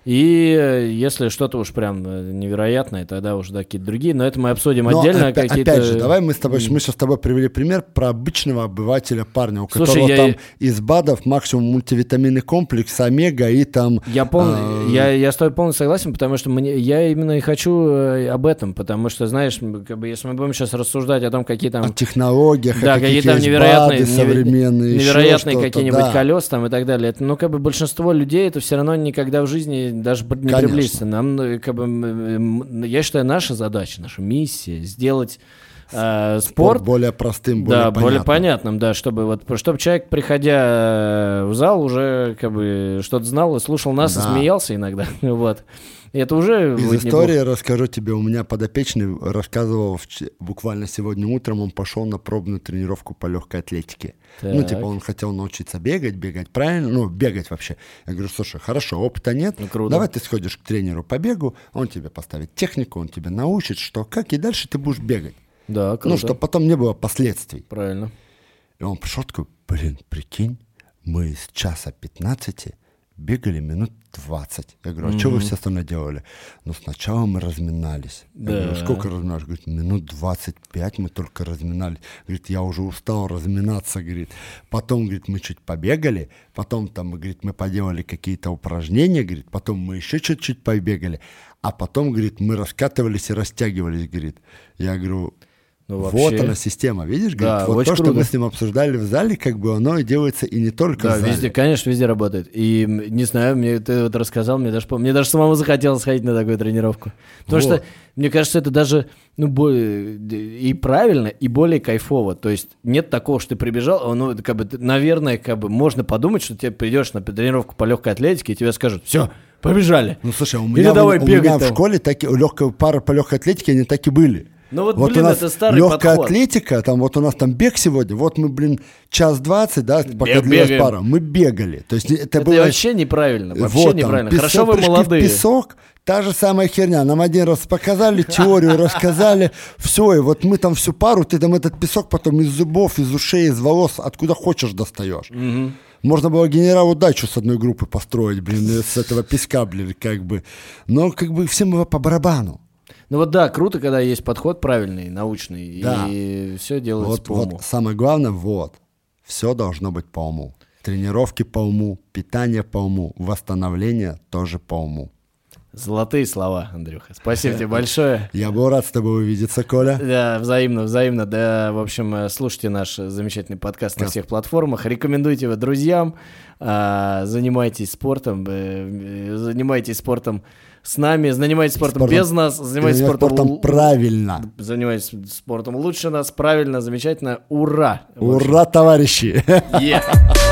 И если что-то уж прям невероятное, тогда уже какие-то другие. Но это мы обсудим отдельно. Опять же, давай мы сейчас с тобой привели пример про обычного обывателя парня, у которого там из БАДов максимум мультивитаминный комплекс, омега и там... Я с тобой полностью согласен, потому что я именно и хочу об этом, потому что, знаешь, как бы, если мы будем сейчас рассуждать о том, какие там... О технологиях, да, какие там невероятные, современные, невероятные какие-нибудь колеса там и так далее. Это, как бы большинство людей это все равно никогда в жизни даже не приблизится. Нам, как бы, я считаю, наша задача, наша миссия сделать спорт более простым, более понятным. Более понятным, да, чтобы человек, приходя в зал, уже как бы что-то знал и слушал нас и смеялся иногда. Вот. И это уже из истории неплохо. Расскажу тебе, у меня подопечный рассказывал буквально сегодня утром, он пошел на пробную тренировку по легкой атлетике. Так. Ну, типа, он хотел научиться бегать правильно, ну, бегать вообще. Я говорю, слушай, хорошо, опыта нет, давай ты сходишь к тренеру по бегу, он тебе поставит технику, он тебя научит, что как, и дальше ты будешь бегать. Да, круто. Ну, чтобы потом не было последствий. Правильно. И он пришел такой, прикинь, мы с часа 15 бегали минут 20. Я говорю, а что вы все остальное делали? Ну, сначала мы разминались. Я говорю, сколько разминались? Говорит, минут 25 мы только разминались. Говорит, я уже устал разминаться, говорит. Потом, говорит, мы чуть побегали, потом там, говорит, мы поделали какие-то упражнения, говорит, потом мы еще чуть-чуть побегали, а потом, говорит, мы раскатывались и растягивались, говорит. Я говорю... Ну, вообще... Вот она система, видишь? Да, говорит, вот то, круто. что мы с ним обсуждали в зале, как бы оно и делается и не только в зале. Везде, конечно, везде работает. И не знаю, мне ты вот рассказал, мне даже самому захотелось сходить на такую тренировку. Потому что, мне кажется, это даже и правильно, и более кайфово. То есть нет такого, что ты прибежал, как бы, наверное, как бы можно подумать, что ты придешь на тренировку по легкой атлетике, и тебе скажут, все, побежали. Ну, слушай, у меня в школе пары по легкой атлетике, они так и были. Ну вот, блин, у нас это старый легкая подход. Атлетика, там вот у нас там бег сегодня, вот мы, блин, 1:20, да, пока длилась пара, мы бегали. То есть это было... вообще неправильно, вообще неправильно. Хорошо вы молодые. Песок, та же самая херня. Нам один раз показали теорию, рассказали, все, и вот мы там всю пару, ты там этот песок потом из зубов, из ушей, из волос, откуда хочешь достаешь. Можно было генералу дачу с одной группы построить, блин, с этого песка, блин, как бы. Но как бы всем было по барабану. Ну вот да, круто, когда есть подход правильный, научный, да. И все делается по уму. Вот самое главное, все должно быть по уму. Тренировки по уму, питание по уму, восстановление тоже по уму. Золотые слова, Андрюха. Спасибо тебе большое. Я был рад с тобой увидеться, Коля. Да, взаимно. Да, в общем, слушайте наш замечательный подкаст на всех платформах. Рекомендуйте его друзьям. Занимайтесь спортом. Занимайтесь спортом с нами. Занимайтесь спортом без нас. Занимайтесь спортом правильно. Занимайтесь спортом лучше нас. Правильно, замечательно. Ура! Ура, товарищи! Yeah.